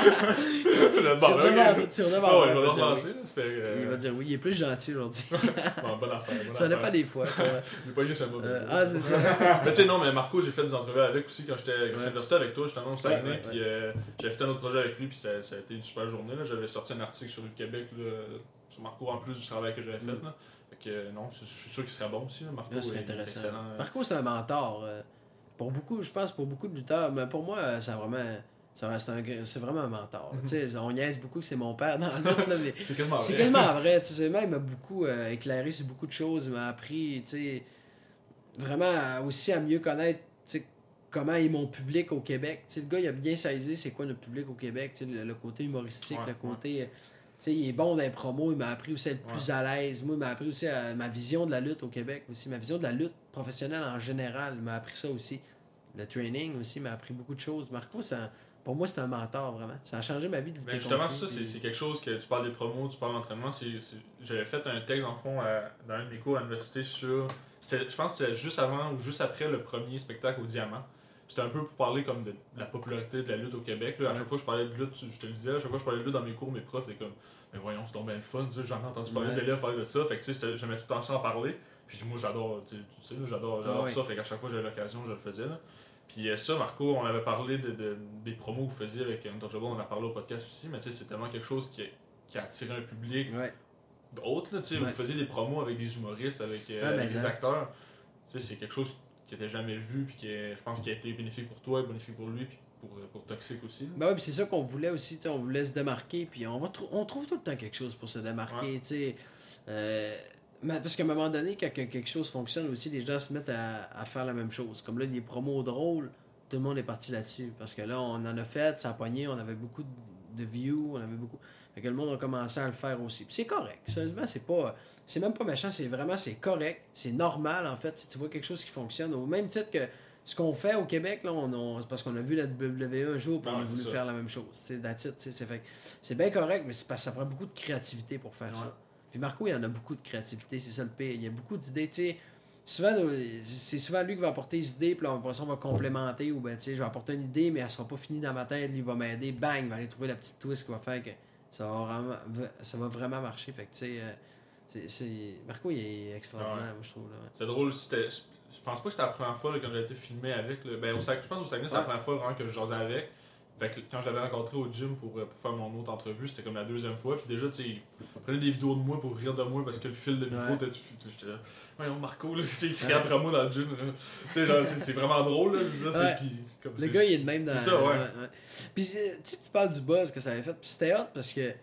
Je Tu redemandes, tu Ah redemandes. ouais, il il va va dire relancer, oui. là, ça fait. euh, Il va dire oui, il est plus gentil aujourd'hui. bon, bonne affaire. Bonne Ça affaire. dépend des fois. Ça. J'ai pas eu ça mauvais. Euh, ah, c'est ça. Mais tu sais, non, mais Marco, j'ai fait des entrevues avec aussi quand j'étais quand j'étais Ouais. à l'université avec toi, j'étais au Saguenay, Ouais, ouais, puis euh, j'avais fait un autre projet avec lui, puis ça, ça a été une super journée. là. J'avais sorti un article sur le Québec là, sur Marco en plus du travail que j'avais fait. Mm. Là. Fait que euh, non, je, je suis sûr qu'il serait bon aussi. Là. Marco Là, c'est est intéressant. excellent. Marco, c'est un mentor. euh, Pour beaucoup, je pense, pour beaucoup de lutteurs. Mais pour moi, euh, c'est vraiment. ça reste un- C'est vraiment un mentor. là. Tu sais, on niaise beaucoup que c'est mon père dans le lutte, là, mais C'est quasiment c'est vrai. quasiment vrai. Tu sais, même, il m'a beaucoup euh, éclairé sur beaucoup de choses. Il m'a appris, tu sais, vraiment à- aussi à mieux connaître, tu sais, comment est mon public au Québec. Tu sais, le gars, il a bien saisi c'est quoi notre public au Québec. Tu sais, le, le côté humoristique, Ouais, le côté... euh, Tu sais, il est bon dans les promos, il m'a appris aussi à être plus Ouais. à l'aise. Moi, il m'a appris aussi à, ma vision de la lutte au Québec aussi, ma vision de la lutte professionnelle en général. Il m'a appris ça aussi. Le training aussi m'a appris beaucoup de choses. Marco, c'est un- pour moi, c'est un mentor, vraiment. Ça a changé ma vie de lutter Ben justement, contre ça, lui, c'est puis- c'est quelque chose que tu parles des promos, tu parles d'entraînement. c'est- c'est- J'avais fait un texte, en fond, à- dans un de mes cours à l'université sur. c'est- Je pense que c'était juste avant ou juste après le premier spectacle au Diamant. C'était un peu pour parler comme de la popularité de la lutte au Québec. Là. À Ouais. chaque fois que je parlais de lutte, je te le disais, à chaque fois que je parlais de lutte dans mes cours, mes profs étaient comme mais voyons, c'est donc bien le fun, tu sais, j'ai jamais entendu parler Ouais. d'élèves parler de ça. Fait que tu sais, j'étais- j'aimais tout le temps ça en parler. Puis moi, j'adore, tu sais, tu sais, là, j'adore j'adore Ah ouais. ça. Fait qu'à chaque fois que j'avais l'occasion, je le faisais. Là. Puis euh, ça, Marco, on avait parlé de, de- des promos que vous faisiez avec Untouchable, on en a parlé au podcast aussi, mais tu sais, c'est tellement quelque chose qui, qui a attiré un public Ouais. d'autre. Là, tu sais, Ouais. Vous faisiez des promos avec des humoristes, avec, euh, Ah, avec mais des ça. acteurs. Tu sais, c'est quelque chose qui n'était jamais vu, puis qui est- je pense qui a été bénéfique pour toi, bénéfique pour lui, puis pour, pour Toxic aussi. là. Ben ouais, puis c'est ça qu'on voulait aussi, tu sais, on voulait se démarquer, puis on, va trou- on trouve tout le temps quelque chose pour se démarquer, tu sais. Euh, mais parce qu'à un moment donné, quand que- quelque chose fonctionne aussi, les gens se mettent à, à faire la même chose. Comme là, des promos drôles, tout le monde est parti là-dessus. Parce que là, on en a fait, ça a pogné, on avait beaucoup de, de views, on avait beaucoup... Fait que le monde a commencé à le faire aussi. Puis c'est correct, sérieusement, c'est pas... C'est même pas méchant, c'est vraiment, c'est correct, c'est normal, en fait, si tu vois quelque chose qui fonctionne, au même titre que ce qu'on fait au Québec, là, on, on- c'est parce qu'on a vu la W W E un jour, puis on Ouais, a voulu c'est ça. faire la même chose. tu sais, that's it, tu sais, C'est fait que c'est bien correct, mais c'est parce que ça prend beaucoup de créativité pour faire Ouais. ça. Puis Marco, il en a beaucoup de créativité, c'est ça le pire. Il y a beaucoup d'idées, tu sais. Souvent, euh, c'est souvent lui qui va apporter les idées, puis là, après ça, on va complémenter, ou ben, tu sais, je vais apporter une idée, mais elle sera pas finie dans ma tête, lui, il va m'aider, bang, il va aller trouver la petite twist qui va faire que ça va vraiment, ça va vraiment marcher. Fait que, tu sais, euh, c'est, c'est- Marco, il est extraordinaire, Ouais. moi, je trouve. Là. C'est drôle, c'était. Je pense pas que c'était la première fois là, quand j'ai été filmé avec. Là. Ben, au Saguenay, je pense qu'au Saguenay, c'était Ouais. la première fois vraiment que je jasais avec. Fait que quand j'avais rencontré au gym pour, euh, pour faire mon autre entrevue, c'était comme la deuxième fois. Puis déjà, tu sais, il prenait des vidéos de moi pour rire de moi parce que le fil de micro Ouais. était tout. J'étais là, voyons, Marco, là, il crie après moi dans le gym. là. Tu sais, là, c'est c'est vraiment drôle. Là, je veux dire, c'est- Ouais. puis c'est comme- Le c'est- gars, il est de même dans. C'est ça, ouais. Puis, euh, tu sais, tu parles du buzz que ça avait fait. Puis c'était hot parce que,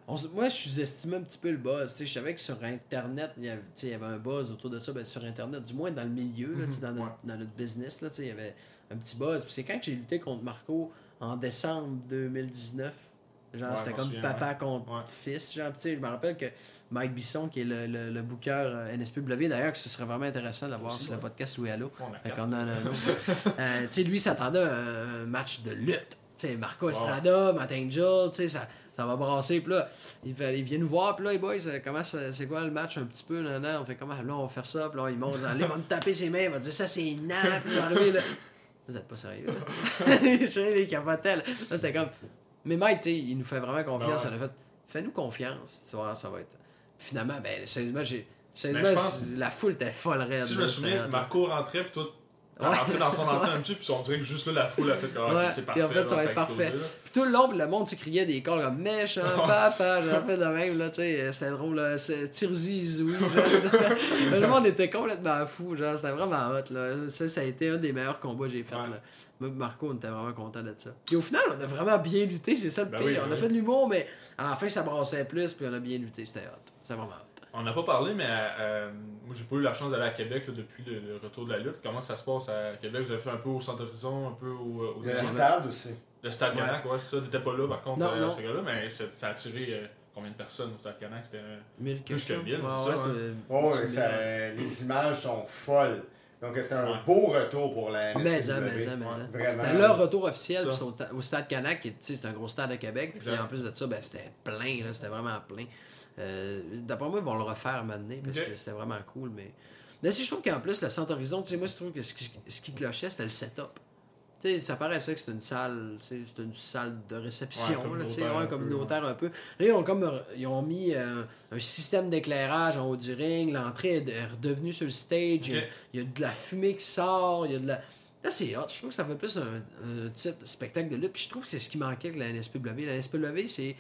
On, moi, je sous-estimais un petit peu le buzz. T'sais, je savais que sur Internet, il y avait, il y avait un buzz autour de ça. Ben, sur Internet, du moins dans le milieu, là, Mm-hmm. dans, notre, Ouais. dans notre business, là, il y avait un petit buzz. Puis c'est quand j'ai lutté contre Marco en décembre deux mille dix-neuf. Genre, Ouais, c'était je m'en comme souviens, papa ouais. contre Ouais. fils. Genre, je me rappelle que Mike Bisson, qui est le, le, le booker euh, N S P W, d'ailleurs, que ce serait vraiment intéressant d'avoir Aussi, sur ouais. le podcast Louis Allo. On a Fait quatre. qu'on en a un autre. euh, tu sais, lui, s'attendait à un match de lutte. Tu sais, Marco Wow. Estrada, Matt Angel, tu sais, ça, ça va brasser. Puis là, il, fait, il vient nous voir. Puis là, les boys, euh, comment ça- c'est quoi le match un petit peu? Là, là, on fait comment? Là, on va faire ça. Puis là, il monte. Là, il va me taper ses mains. Il va dire ça, c'est nappe. Puis il va arriver là. Vous êtes pas sérieux, là? Je sais, il capotait, là. Là, t'es comme. Mais Mike, tu sais, il nous fait vraiment confiance. Ben ouais. On a fait, fais-nous confiance. Tu vois, ça va être. Puis finalement, ben, sérieusement, j'ai. Mais Sérieusement, je pense- la foule était folle raide. Si je là, me c'était souviens, hot. Marco rentrait, puis toi, t'as Ouais. rentré dans son entrée un petit peu, puis on dirait que juste là, la foule a fait comme, Ouais, ok, c'est puis parfait. en fait, ça là, va a être explosé, parfait. là. Puis tout le long, le monde, tu criait des calls comme méchant, papa, j'ai fait de même, là, tu sais, c'était drôle, là, c'est Tirzi Zoui, genre. Le monde était complètement fou, genre, c'était vraiment hot, là. Ça, ça a été un des meilleurs combats que j'ai fait, Ouais. là. Moi, Marco, on était vraiment content de ça. Puis au final, on a vraiment bien lutté, c'est ça le Ben pire. oui, ben on a oui. fait de l'humour, mais à la fin, ça brassait plus, puis on a bien lutté, c'était hot. C'était vraiment hot. On n'a pas parlé, mais euh, moi, j'ai pas eu la chance d'aller à Québec là, depuis le, le retour de la lutte. Comment ça se passe à Québec? Vous avez fait un peu au Centre Horizon, un peu au, au Il y a le Disneyland? stade aussi. Le Stade Ouais. Canac, ouais, c'est ça. T'étais pas là, par contre, Non, euh, non. ce gars-là, mais ça, ça a attiré euh, combien de personnes au Stade Canac? C'était un... Mille Plus que quelque mille, chose. c'est Ouais, ça, ouais, hein? c'était- Oh, c'est ça- mille. les images sont folles. Donc, c'est un Ouais. beau retour pour la N S P W. Mais ça, mais ça, mais Ouais, ça. vraiment. C'était leur retour officiel, Ça. puis c'est au, au Stade Canac, qui est, tu sais, c'est un gros stade à Québec. Puis Exact. en plus de ça, ben, c'était plein, là, c'était vraiment plein. Euh, D'après moi, ils vont le refaire maintenant, parce Ok. que c'était vraiment cool. Mais, mais si je trouve qu'en plus, le Centre Horizon, tu sais, moi, je trouve que ce qui, ce qui clochait, c'était le setup. Tu sais, ça paraissait que c'était une salle, tu sais, c'était une salle de réception, Ouais, là, tu sais, communautaire ouais, un peu, communautaire un peu. Là, ils ont comme ils ont mis euh, un système d'éclairage en haut du ring, l'entrée est de- est redevenue sur le stage, il y a- Ok. il y, a de la fumée qui sort, il y a de la. Là, c'est hot. Je trouve que ça fait plus un, un type de spectacle de lutte. Puis je trouve que c'est ce qui manquait avec la N S P W. La N S P W, c'est.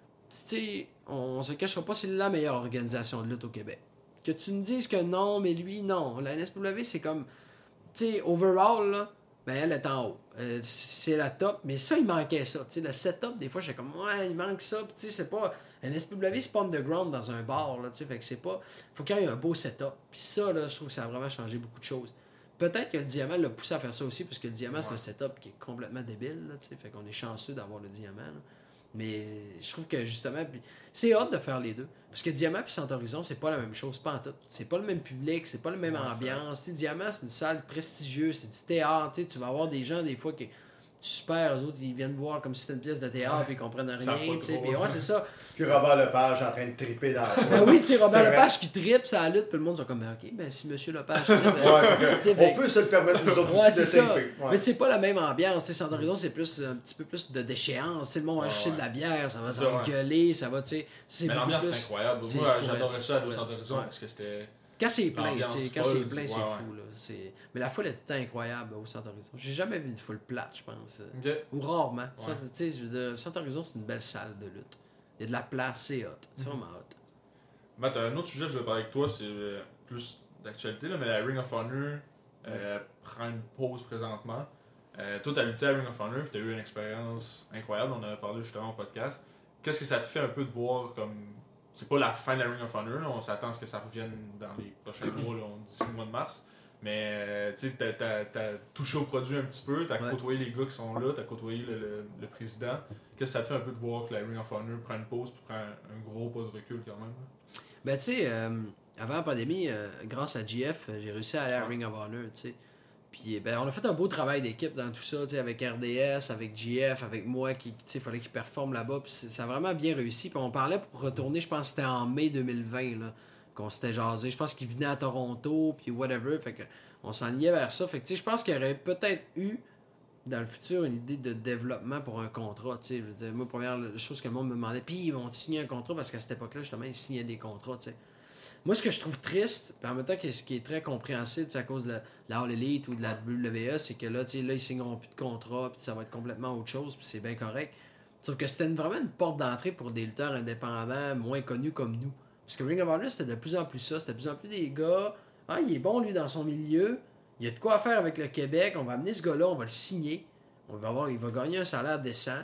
Tu sais, on se cachera pas, c'est la meilleure organisation de lutte au Québec. Que tu me dises que non, mais lui, non. La N S P W, c'est comme. Tu sais, overall, là, ben elle est en haut. Euh, c'est la top. Mais ça, il manquait ça. Tu sais, le setup, des fois, j'étais comme, ouais, il manque ça. Puis tu sais, c'est pas. La N S P W, c'est pas underground dans un bar, là. Tu sais, fait que c'est pas. Faut qu'il y ait un beau setup. Puis ça, là, je trouve que ça a vraiment changé beaucoup de choses. Peut-être que le diamant l'a poussé à faire ça aussi, parce que le diamant, c'est Ouais. un setup qui est complètement débile, là, tu sais, fait qu'on est chanceux d'avoir le diamant, là. Mais je trouve que justement, puis c'est hâte de faire les deux. Parce que Diamant et Centre Horizon, c'est pas la même chose, pas en tout. C'est pas le même public, c'est pas la même Ouais, ambiance. Tu sais, Diamant, c'est une salle prestigieuse, c'est du théâtre, tu sais, tu vas avoir des gens des fois qui super, eux autres, ils viennent voir comme si c'était une pièce de théâtre, Ouais. puis ils comprennent Ils savent rien, pas tu sais, trop. puis ouais, c'est ça. Puis Robert Lepage en train de triper dans la Ben oui, tu sais, Robert C'est vrai. Lepage qui tripe sa lutte, puis le monde sont comme, ben, ok, ben si Monsieur Lepage tripe, ben, Ouais, fait que tu sais, on fait- peut se le permettre nous autres Ouais, aussi de c'est ça. triper. Ouais. Mais c'est pas la même ambiance. Tu sais, Centre Horizon, c'est plus un petit peu plus de déchéance. Tu sais, le monde va Ouais, acheter ouais. de la bière, ça va C'est ça, ouais. s'engueuler, ça va, tu sais. c'est Mais beaucoup l'ambiance, plus- c'est incroyable. c'est Moi, fou, j'adorais ouais. ça à Los Ouais. Centre Horizon Ouais. parce que c'était. Quand c'est plein, tu l'ambiance sais, quand folle, c'est plein, ouais, c'est ouais. fou, là. C'est- Mais la foule est tout le temps incroyable au Centre Horizon. J'ai jamais vu une foule plate, je pense. Ok. Ou rarement. Ouais. Ça, tu sais, je veux dire, Centre Horizon, c'est une belle salle de lutte. Il y a de la place, c'est hot. C'est Mhm. vraiment hot. Matt, un autre sujet que je vais parler avec toi, c'est euh, plus d'actualité, là, mais la Ring of Honor euh, prend une pause présentement. Euh, toi, tu as lutté à Ring of Honor et tu as eu une expérience incroyable. On en a parlé justement au podcast. Qu'est-ce que ça te fait un peu de voir comme. C'est pas la fin de la Ring of Honor, là, on s'attend à ce que ça revienne dans les prochains mois, là, on dit le mois de mars. Mais euh, tu sais, t'as, t'as, t'as touché au produit un petit peu, t'as Ouais. côtoyé les gars qui sont là, t'as côtoyé le, le, le président. Qu'est-ce que ça te fait un peu de voir que la Ring of Honor prend une pause et prend un, un gros pas de recul quand même? Là? Ben, tu sais, euh, avant la pandémie, euh, grâce à G F, euh, j'ai réussi à aller à Ouais. Ring of Honor, tu sais. Puis, ben, on a fait un beau travail d'équipe dans tout ça, tu sais, avec R D S, avec G F, avec moi, qui, tu sais, il fallait qu'il performe là-bas. Puis, c'est- ça a vraiment bien réussi. Puis, on parlait pour retourner, je pense que c'était en mai deux mille vingt, là, qu'on s'était jasé. Je pense qu'il venait à Toronto, puis whatever. Fait que, on s'enlignait vers ça. Fait que, tu sais, je pense qu'il y aurait peut-être eu, dans le futur, une idée de développement pour un contrat, tu sais. Je veux dire, moi, première chose que le monde me demandait, puis ils vont signer un contrat, parce qu'à cette époque-là, justement, ils signaient des contrats, tu sais. Moi, ce que je trouve triste, puis en même temps, que ce qui est très compréhensible, c'est à cause de la, la All Elite ou de la W W E, c'est que là, tu sais, là, ils signeront plus de contrat, puis ça va être complètement autre chose, puis c'est bien correct. Sauf que c'était une- vraiment une porte d'entrée pour des lutteurs indépendants, moins connus comme nous. Parce que Ring of Honor, c'était de plus en plus ça. C'était de plus en plus des gars, ah, il est bon, lui, dans son milieu, il y a de quoi faire avec le Québec, on va amener ce gars-là, on va le signer, on va avoir, il va gagner un salaire décent.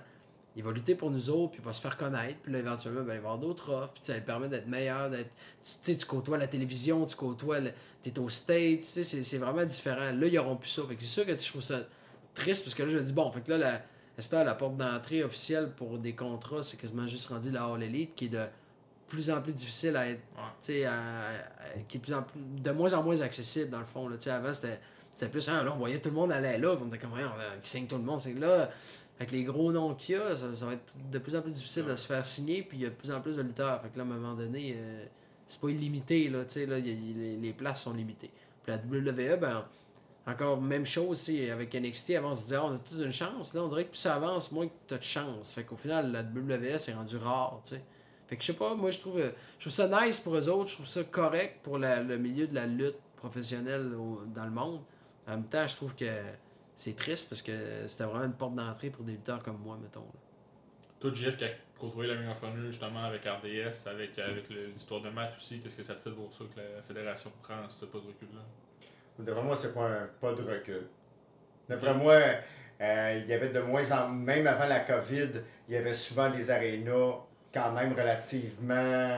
il va lutter pour nous autres, puis il va se faire connaître, puis là, éventuellement, ben, il va y avoir d'autres offres, puis ça lui permet d'être meilleur, d'être... Tu sais, tu côtoies la télévision, tu côtoies... Le... T'es au States, tu sais, c'est, c'est vraiment différent. Là, ils n'auront plus ça. Fait que c'est sûr que je trouve ça triste, parce que là, je me dis, bon, fait que là, la, la, la porte d'entrée officielle pour des contrats, c'est quasiment juste rendu la All Elite, qui est de plus en plus difficile à être... Ouais. Tu sais, à, à, qui est de, plus en plus, de moins en moins accessible, dans le fond. Là. Tu sais, avant, c'était... C'était plus, hein, là, on voyait tout le monde aller là, on était comme, on signe tout le monde. C'est là, avec les gros noms qu'il y a, ça, ça va être de plus en plus difficile de se faire signer, puis il y a de plus en plus de lutteurs. Fait que là, à un moment donné, euh, c'est pas illimité, là, tu sais, là, y a, y, les, les places sont limitées. Puis la W W E, ben, encore même chose, tu sais, avec N X T, avant, on se disait, oh, on a toute une chance. Là, on dirait que plus ça avance, moins que t'as de chance. Fait qu'au final, la W W E, c'est rendu rare, tu sais. Fait que je sais pas, moi, je trouve, je trouve ça nice pour eux autres, je trouve ça correct pour la, le milieu de la lutte professionnelle au, dans le monde. En même temps, je trouve que c'est triste parce que c'était vraiment une porte d'entrée pour des lutteurs comme moi, mettons. Là. Toi, J F, qui a côtoyé la Ring of Honor justement avec R D S, avec, avec le, l'histoire de Matt aussi, qu'est-ce que ça te fait de voir ça que la fédération prend ce pas de recul-là? D'après moi, c'est pas un pas de recul. D'après moi, euh, il y avait de moins en même avant la COVID, il y avait souvent des arénas quand même relativement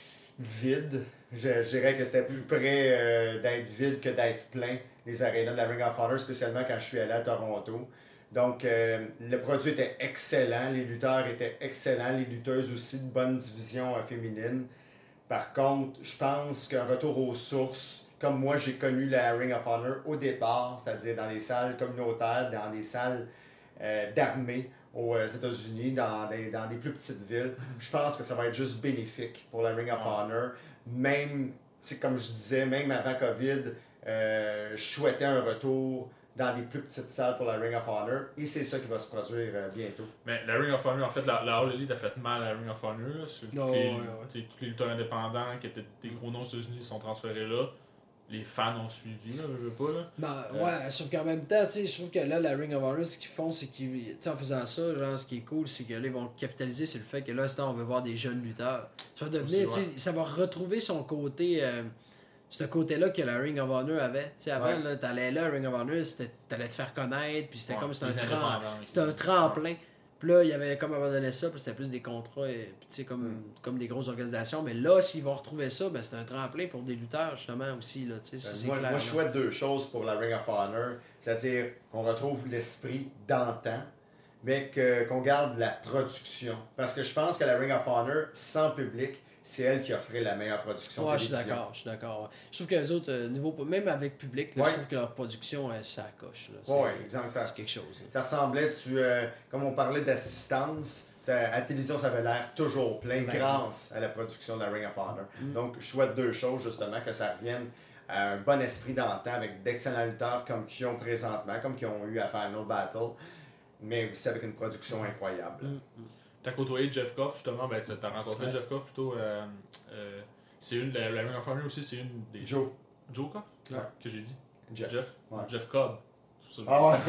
vides. Je, je dirais que c'était plus près euh, d'être vide que d'être plein, les arénas de la Ring of Honor, spécialement quand je suis allé à Toronto. Donc, euh, le produit était excellent, les lutteurs étaient excellents, les lutteuses aussi, de bonne division euh, féminine. Par contre, je pense qu'un retour aux sources, comme moi j'ai connu la Ring of Honor au départ, c'est-à-dire dans des salles communautaires, dans des salles euh, d'armée aux États-Unis, dans des, dans des plus petites villes, je pense que ça va être juste bénéfique pour la Ring of Honor. Même, comme je disais, même avant COVID, euh, je souhaitais un retour dans des plus petites salles pour la Ring of Honor, et c'est ça qui va se produire euh, bientôt. Mais la Ring of Honor, en fait, la, la All Elite a fait mal à la Ring of Honor. Là, sur oh, tous, les, ouais, ouais. tous les lutteurs indépendants qui étaient des gros noms aux États-Unis sont transférés là. Les fans ont suivi, là, je veux pas. Là. Ben, euh, ouais, sauf qu'en même temps, tu sais, je trouve que là, la Ring of Honor, ce qu'ils font, c'est qu'ils, tu sais, en faisant ça, genre, ce qui est cool, c'est que là, ils vont capitaliser sur le fait que là, on veut voir des jeunes lutteurs. Ça va devenir, tu sais, ça va retrouver son côté, euh, ce côté-là que la Ring of Honor avait. Tu sais, avant, ouais. là, t'allais là, Ring of Honor, c'était, t'allais te faire connaître, puis c'était ouais, comme, c'était un, trem- c'était un tremplin. Ouais. Puis là, il y avait comme abandonné ça, puis c'était plus des contrats, et, puis tu sais, comme, mm. comme des grosses organisations. Mais là, s'ils vont retrouver ça, ben, c'est un tremplin pour des lutteurs, justement, aussi. Là, tu sais, ben, c'est moi, clair, moi, je souhaite deux choses pour la Ring of Honor. C'est-à-dire qu'on retrouve l'esprit d'antan, mais que, qu'on garde la production. Parce que je pense que la Ring of Honor, sans public, c'est elle qui offrait la meilleure production. Ouais, je suis d'accord, je suis d'accord. Ouais. Je trouve que les autres, euh, niveau, même avec public, là, ouais. je trouve que leur production, elle, ça coche. Là. C'est, ouais, exact, ça, c'est quelque chose. Là. Ça ressemblait, tu, euh, comme on parlait d'assistance, ça, à la télévision, ça avait l'air toujours plein ben, grâce à la production de la Ring of Honor. Mm. Donc, je souhaite deux choses, justement, que ça revienne à un bon esprit d'antan avec d'excellents lutteurs comme qu'ils ont présentement, comme qu'ils ont eu à Final Battle, mais aussi avec une production incroyable. Mm. T'as côtoyé Jeff Koff, justement, ben t'as rencontré ouais. Jeff Koff plutôt. Euh, euh, c'est une, la, la Ring of Honor aussi, c'est une des. Joe. Joe Koff ouais. Que j'ai dit. Jeff. Jeff, ouais. Jeff Cobb. Ah ouais.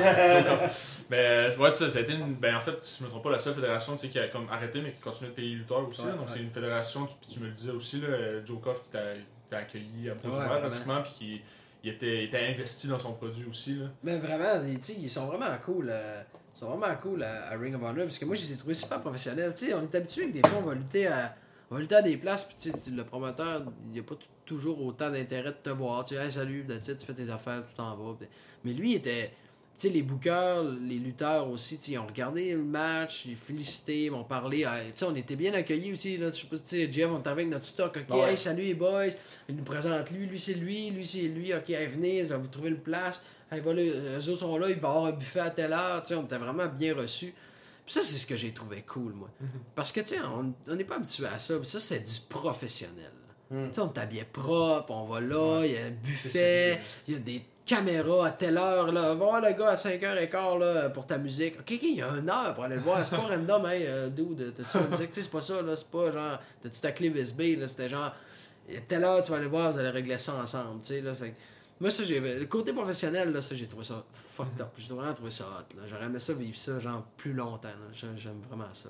Mais ouais, ça, ça a été une. Ben en fait, si je me trompe pas, la seule fédération qui a comme arrêté, mais qui continue de payer les lutteurs aussi. Ouais, là, donc ouais. c'est une fédération, tu, tu me le disais aussi, là, Joe Koff qui t'a, t'a accueilli à bras ouverts, pratiquement, puis qui. Il était, il était investi dans son produit aussi. Là. Mais vraiment, ils sont vraiment cool. Euh, ils sont vraiment cool à, à Ring of Honor. Parce que moi, je les ai trouvés super professionnels. T'sais, on est habitué que des fois, on va lutter à, on va lutter à des places. Puis le promoteur, il n'y a pas t- toujours autant d'intérêt de te voir. Tu dis, hey, salut, tu fais tes affaires, tu t'en vas. Mais lui, il était. Tu sais, les bookers, les lutteurs aussi, ils ont regardé le match, ils félicité, ils m'ont parlé. Tu sais, on était bien accueillis aussi. Là, tu sais, Jeff, on est avec notre stock. OK, ouais. Hey, salut les boys. Il nous présente lui, lui c'est lui, lui c'est lui. OK, hey, venez, vous allez trouver une place. Hey, voilà, les autres sont là, il va y avoir un buffet à telle heure. Tu sais, on était vraiment bien reçus. Puis ça, c'est ce que j'ai trouvé cool, moi. Mm-hmm. Parce que, tu sais, on n'est pas habitué à ça. Puis ça, c'est du professionnel. Mm. Tu sais, on t'habille propre, on va là, il ouais. y a un buffet, il y a des caméra à telle heure, là, va voir le gars à cinq heures quinze là, pour ta musique. Ok, ok, il y a une heure pour aller le voir. C'est pas random, hey, euh, dude, t'as-tu la musique? Tu sais, c'est pas ça, là, c'est pas genre, t'as-tu ta clé U S B, là, c'était genre, à telle heure, tu vas aller voir, vous allez régler ça ensemble, tu sais, là, fait moi, ça, j'ai, le côté professionnel, là, ça, j'ai trouvé ça fucked up. J'ai vraiment trouvé ça hot, là. J'aurais aimé ça vivre ça, genre, plus longtemps, là. J'aime vraiment ça, là.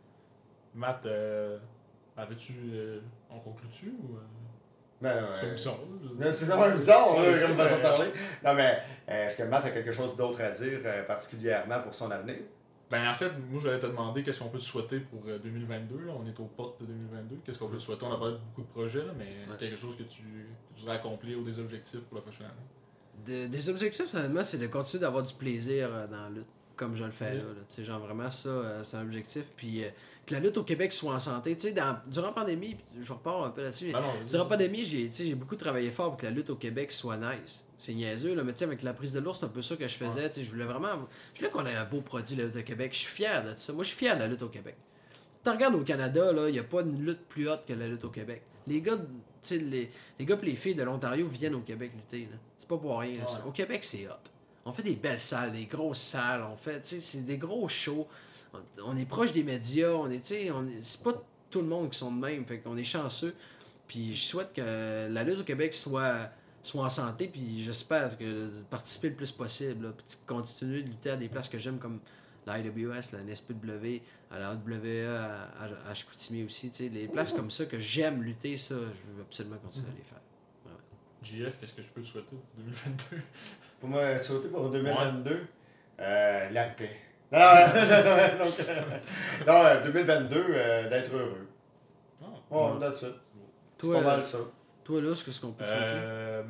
Matt, euh, avais-tu, euh, on conclut-tu, ou... Euh... Ben, non, c'est euh, bizarre. Non, c'est vraiment bizarre, là, comme façon de parler. Non, mais euh, est-ce que Matt a quelque chose d'autre à dire, euh, particulièrement pour son avenir? Ben en fait, moi j'allais te demander qu'est-ce qu'on peut te souhaiter pour euh, deux mille vingt-deux. Là. On est aux portes de deux mille vingt-deux. Qu'est-ce qu'on peut te souhaiter? On a parlé de beaucoup de projets, là, mais ouais. c'est quelque chose que tu, que tu voudrais accomplir ou des objectifs pour la prochaine année? De, des objectifs, honnêtement, c'est de continuer d'avoir du plaisir euh, dans la lutte, comme je le fais oui. là. là. Tu sais, genre vraiment ça, euh, c'est un objectif. Puis euh, que la lutte au Québec soit en santé. Tu sais, dans, durant la pandémie, je repars un peu là-dessus. Ben non, durant la pandémie, j'ai, j'ai beaucoup travaillé fort pour que la lutte au Québec soit nice. C'est niaiseux, là, mais tu sais, avec la prise de l'ours, c'est un peu ça que je faisais. Ouais. Je voulais vraiment. Je voulais qu'on ait un beau produit, la lutte au Québec. Je suis fier de ça. Moi, je suis fier de la lutte au Québec. Tu regardes au Canada, il n'y a pas une lutte plus haute que la lutte au Québec. Les gars, les, les gars et les filles de l'Ontario viennent au Québec lutter. Là. C'est pas pour rien. Ouais. Au Québec, c'est hot. On fait des belles salles, des grosses salles. On fait, c'est des gros shows. On, on est proche des médias. On est, on est, c'est pas tout le monde qui sont de même. Fait qu'on est chanceux. Puis je souhaite que la lutte au Québec soit, soit en santé. Puis j'espère que de participer le plus possible. Là, puis continuer de lutter à des places que j'aime comme la I W S, la N S P W, à la W A, à, à, à Chicoutimi aussi. Les places comme ça que j'aime lutter, ça, je veux absolument continuer mm-hmm. à les faire. J F, qu'est-ce que je peux te souhaiter pour deux mille vingt-deux? Pour moi, souhaiter pour deux mille vingt-deux, ouais. euh, la paix. Non, non, donc, euh, non deux mille vingt-deux, euh, d'être heureux. Oh, oh là, ça. C'est pas mal ça. Toi, là, qu'est-ce qu'on peut te souhaiter? Euh,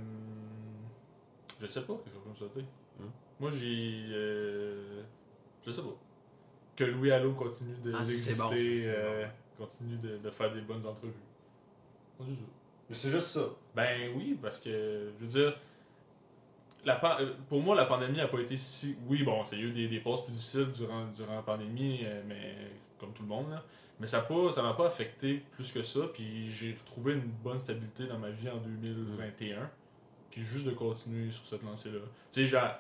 je sais pas, qu'est-ce qu'on peut me souhaiter. Hum. Moi, j'ai... Euh, je sais pas. Que Louis Allo continue de, ah, d'exister, bon, euh, bon. continue de, de faire des bonnes entrevues. Moi, je sais. Mais c'est juste ça. Ben oui, parce que, je veux dire, la pan- pour moi, la pandémie n'a pas été si... Oui, bon, il y a eu des, des passes plus difficiles durant, durant la pandémie, mais comme tout le monde, là. Mais ça ne m'a pas affecté plus que ça, puis j'ai retrouvé une bonne stabilité dans ma vie en deux mille vingt et un, puis juste de continuer sur cette lancée-là. Tu sais, genre...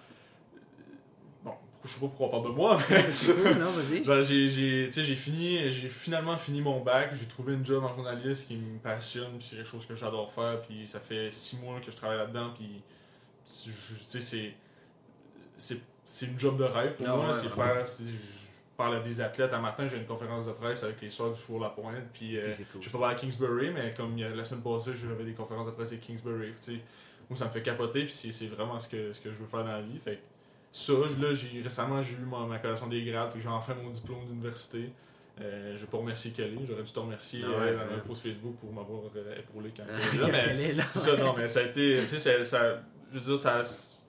Bon, je sais pas pourquoi on parle de moi, mais... C'est cool, non, vas-y. Genre, j'ai, j'ai, tu sais, j'ai fini, j'ai finalement fini mon bac, j'ai trouvé une job en journaliste qui me passionne, puis c'est quelque chose que j'adore faire, puis ça fait six mois que je travaille là-dedans, puis tu sais, c'est, c'est, c'est une job de rêve pour non, moi, ouais, c'est ouais. faire, c'est, je parle à des athlètes, un matin j'ai une conférence de presse avec les soeurs du Four-la-Pointe, puis euh, cool, je sais pas à Kingsbury, mais comme la semaine passée, j'avais des conférences de presse avec Kingsbury, tu sais, moi ça me fait capoter, puis c'est, c'est vraiment ce que, ce que je veux faire dans la vie, fait ça, là, j'ai, récemment, j'ai eu ma, ma collation des grades, fait que j'ai enfin mon diplôme d'université. Euh, je vais pas remercier Kelly, j'aurais dû te remercier ah ouais, euh, dans ouais. un post Facebook pour m'avoir euh, épaulé quand j'étais là, mais là. C'est ça, non, mais ça a été, tu sais, ça, ça, je veux dire, ça,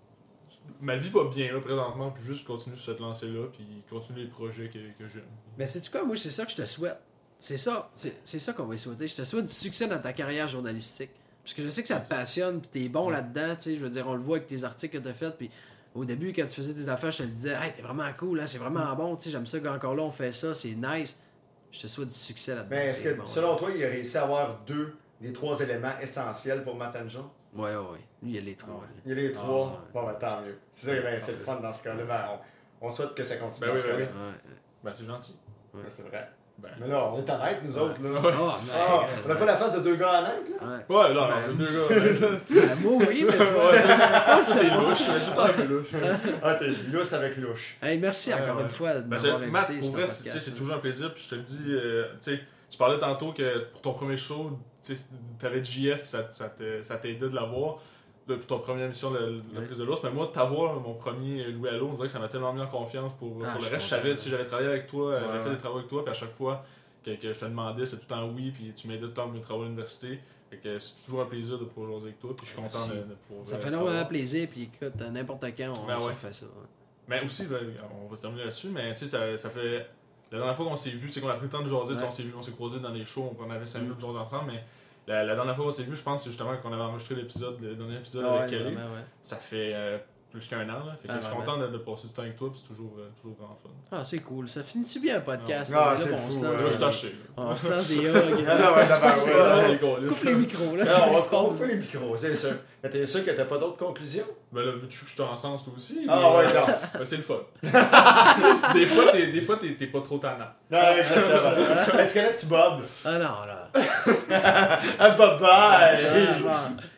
ma vie va bien là présentement, puis juste continuer sur cette lancée-là, puis continuer les projets que, que j'aime. Mais sais-tu quoi, moi, c'est ça que je te souhaite. C'est ça, c'est, c'est ça qu'on va souhaiter. Je te souhaite du succès dans ta carrière journalistique. Parce que je sais que ça te passionne, puis t'es bon ouais. là-dedans, tu sais, je veux dire, on le voit avec tes articles que t'as faits, puis au début, quand tu faisais tes affaires, je te le disais, hey, t'es vraiment cool, hein, c'est vraiment bon, tu sais, j'aime ça qu'encore là, on fait ça, c'est nice. Je te souhaite du succès là-dedans. Mais est-ce que, bon, selon ouais. toi, il a réussi à avoir deux des trois éléments essentiels pour Matt Jean? Oui, oui, oui. Lui, il y a les trois. Il y a les trois. Ah, ouais. Bon, ben, tant mieux. C'est ça, ben, c'est le fun dans ce cas-là. Ben, on, on souhaite que ça continue. Ben, dans oui, ce cas-là. oui. Ouais. Ben, c'est gentil. Ouais. Ben, c'est vrai. Ben, mais là, on est honnête, nous autres, là. Oh, ah, on n'a pas la face de deux gars honnêtes, là? Ouais, ouais non, ben, non, deux gars honnêtes. Ben, moi, oui, mais toi, toi c'est louche. Je suis pas un peu louche. Ah, t'es louche avec louche. Hey, merci ouais, encore ouais. une fois de ben, m'avoir invité. Matt, pour vrai, c'est, c'est toujours un plaisir. Puis je te le dis, euh, tu sais, tu parlais tantôt que pour ton premier show, tu avais J F, puis ça, ça, te, ça t'aidait de l'avoir. Depuis ton première émission de la prise de l'ours, mais moi, t'avoir mon premier Louis Allo, on dirait que ça m'a tellement mis en confiance pour, ah, pour le reste. Je savais, si j'avais travaillé avec toi, ouais, j'avais fait ouais. des travaux avec toi, puis à chaque fois que, que je te demandais, c'est tout le temps oui, puis tu m'aidais tout le temps de mes travaux à l'université. Fait que c'est toujours un plaisir de pouvoir jouer avec toi, puis je suis content de, de pouvoir. Ça fait énormément plaisir, puis écoute, n'importe quand, on ben ouais. fait ça. Ouais. Mais aussi, ben, on va se terminer là-dessus, mais tu sais, ça, ça fait. La dernière fois qu'on s'est vu, tu sais, qu'on a pris le temps de jaser, ouais. on s'est vu, on s'est croisés dans des shows, on avait cinq minutes de jaser ensemble, mais. La, la dernière fois qu'on s'est vu, je pense, c'est justement qu'on avait enregistré l'épisode, le dernier épisode ah, avec ouais, Kelly. Ouais. Ça fait euh, plus qu'un an, là. Fait que ah, je suis content de, de passer du temps avec toi, puis c'est toujours, euh, toujours grand fun. Ah, c'est cool. Ça finit-tu bien un podcast? Ah, là, c'est là, fou, on, se ouais. lance des... Taché, on se lance des hugs. Coupe les micros, là. Non, on va couper les micros, c'est sûr. Mais t'es sûr que t'as pas d'autres conclusions? Ben là, vu que je suis en sens toi aussi. Ah mais, ouais, non. Ben, c'est le fun. des fois, t'es, des fois t'es, t'es pas trop tannant. Non, exactement. Est-ce que là, tu Bob? Ah non, là. Ah, Bob, bye! Ah,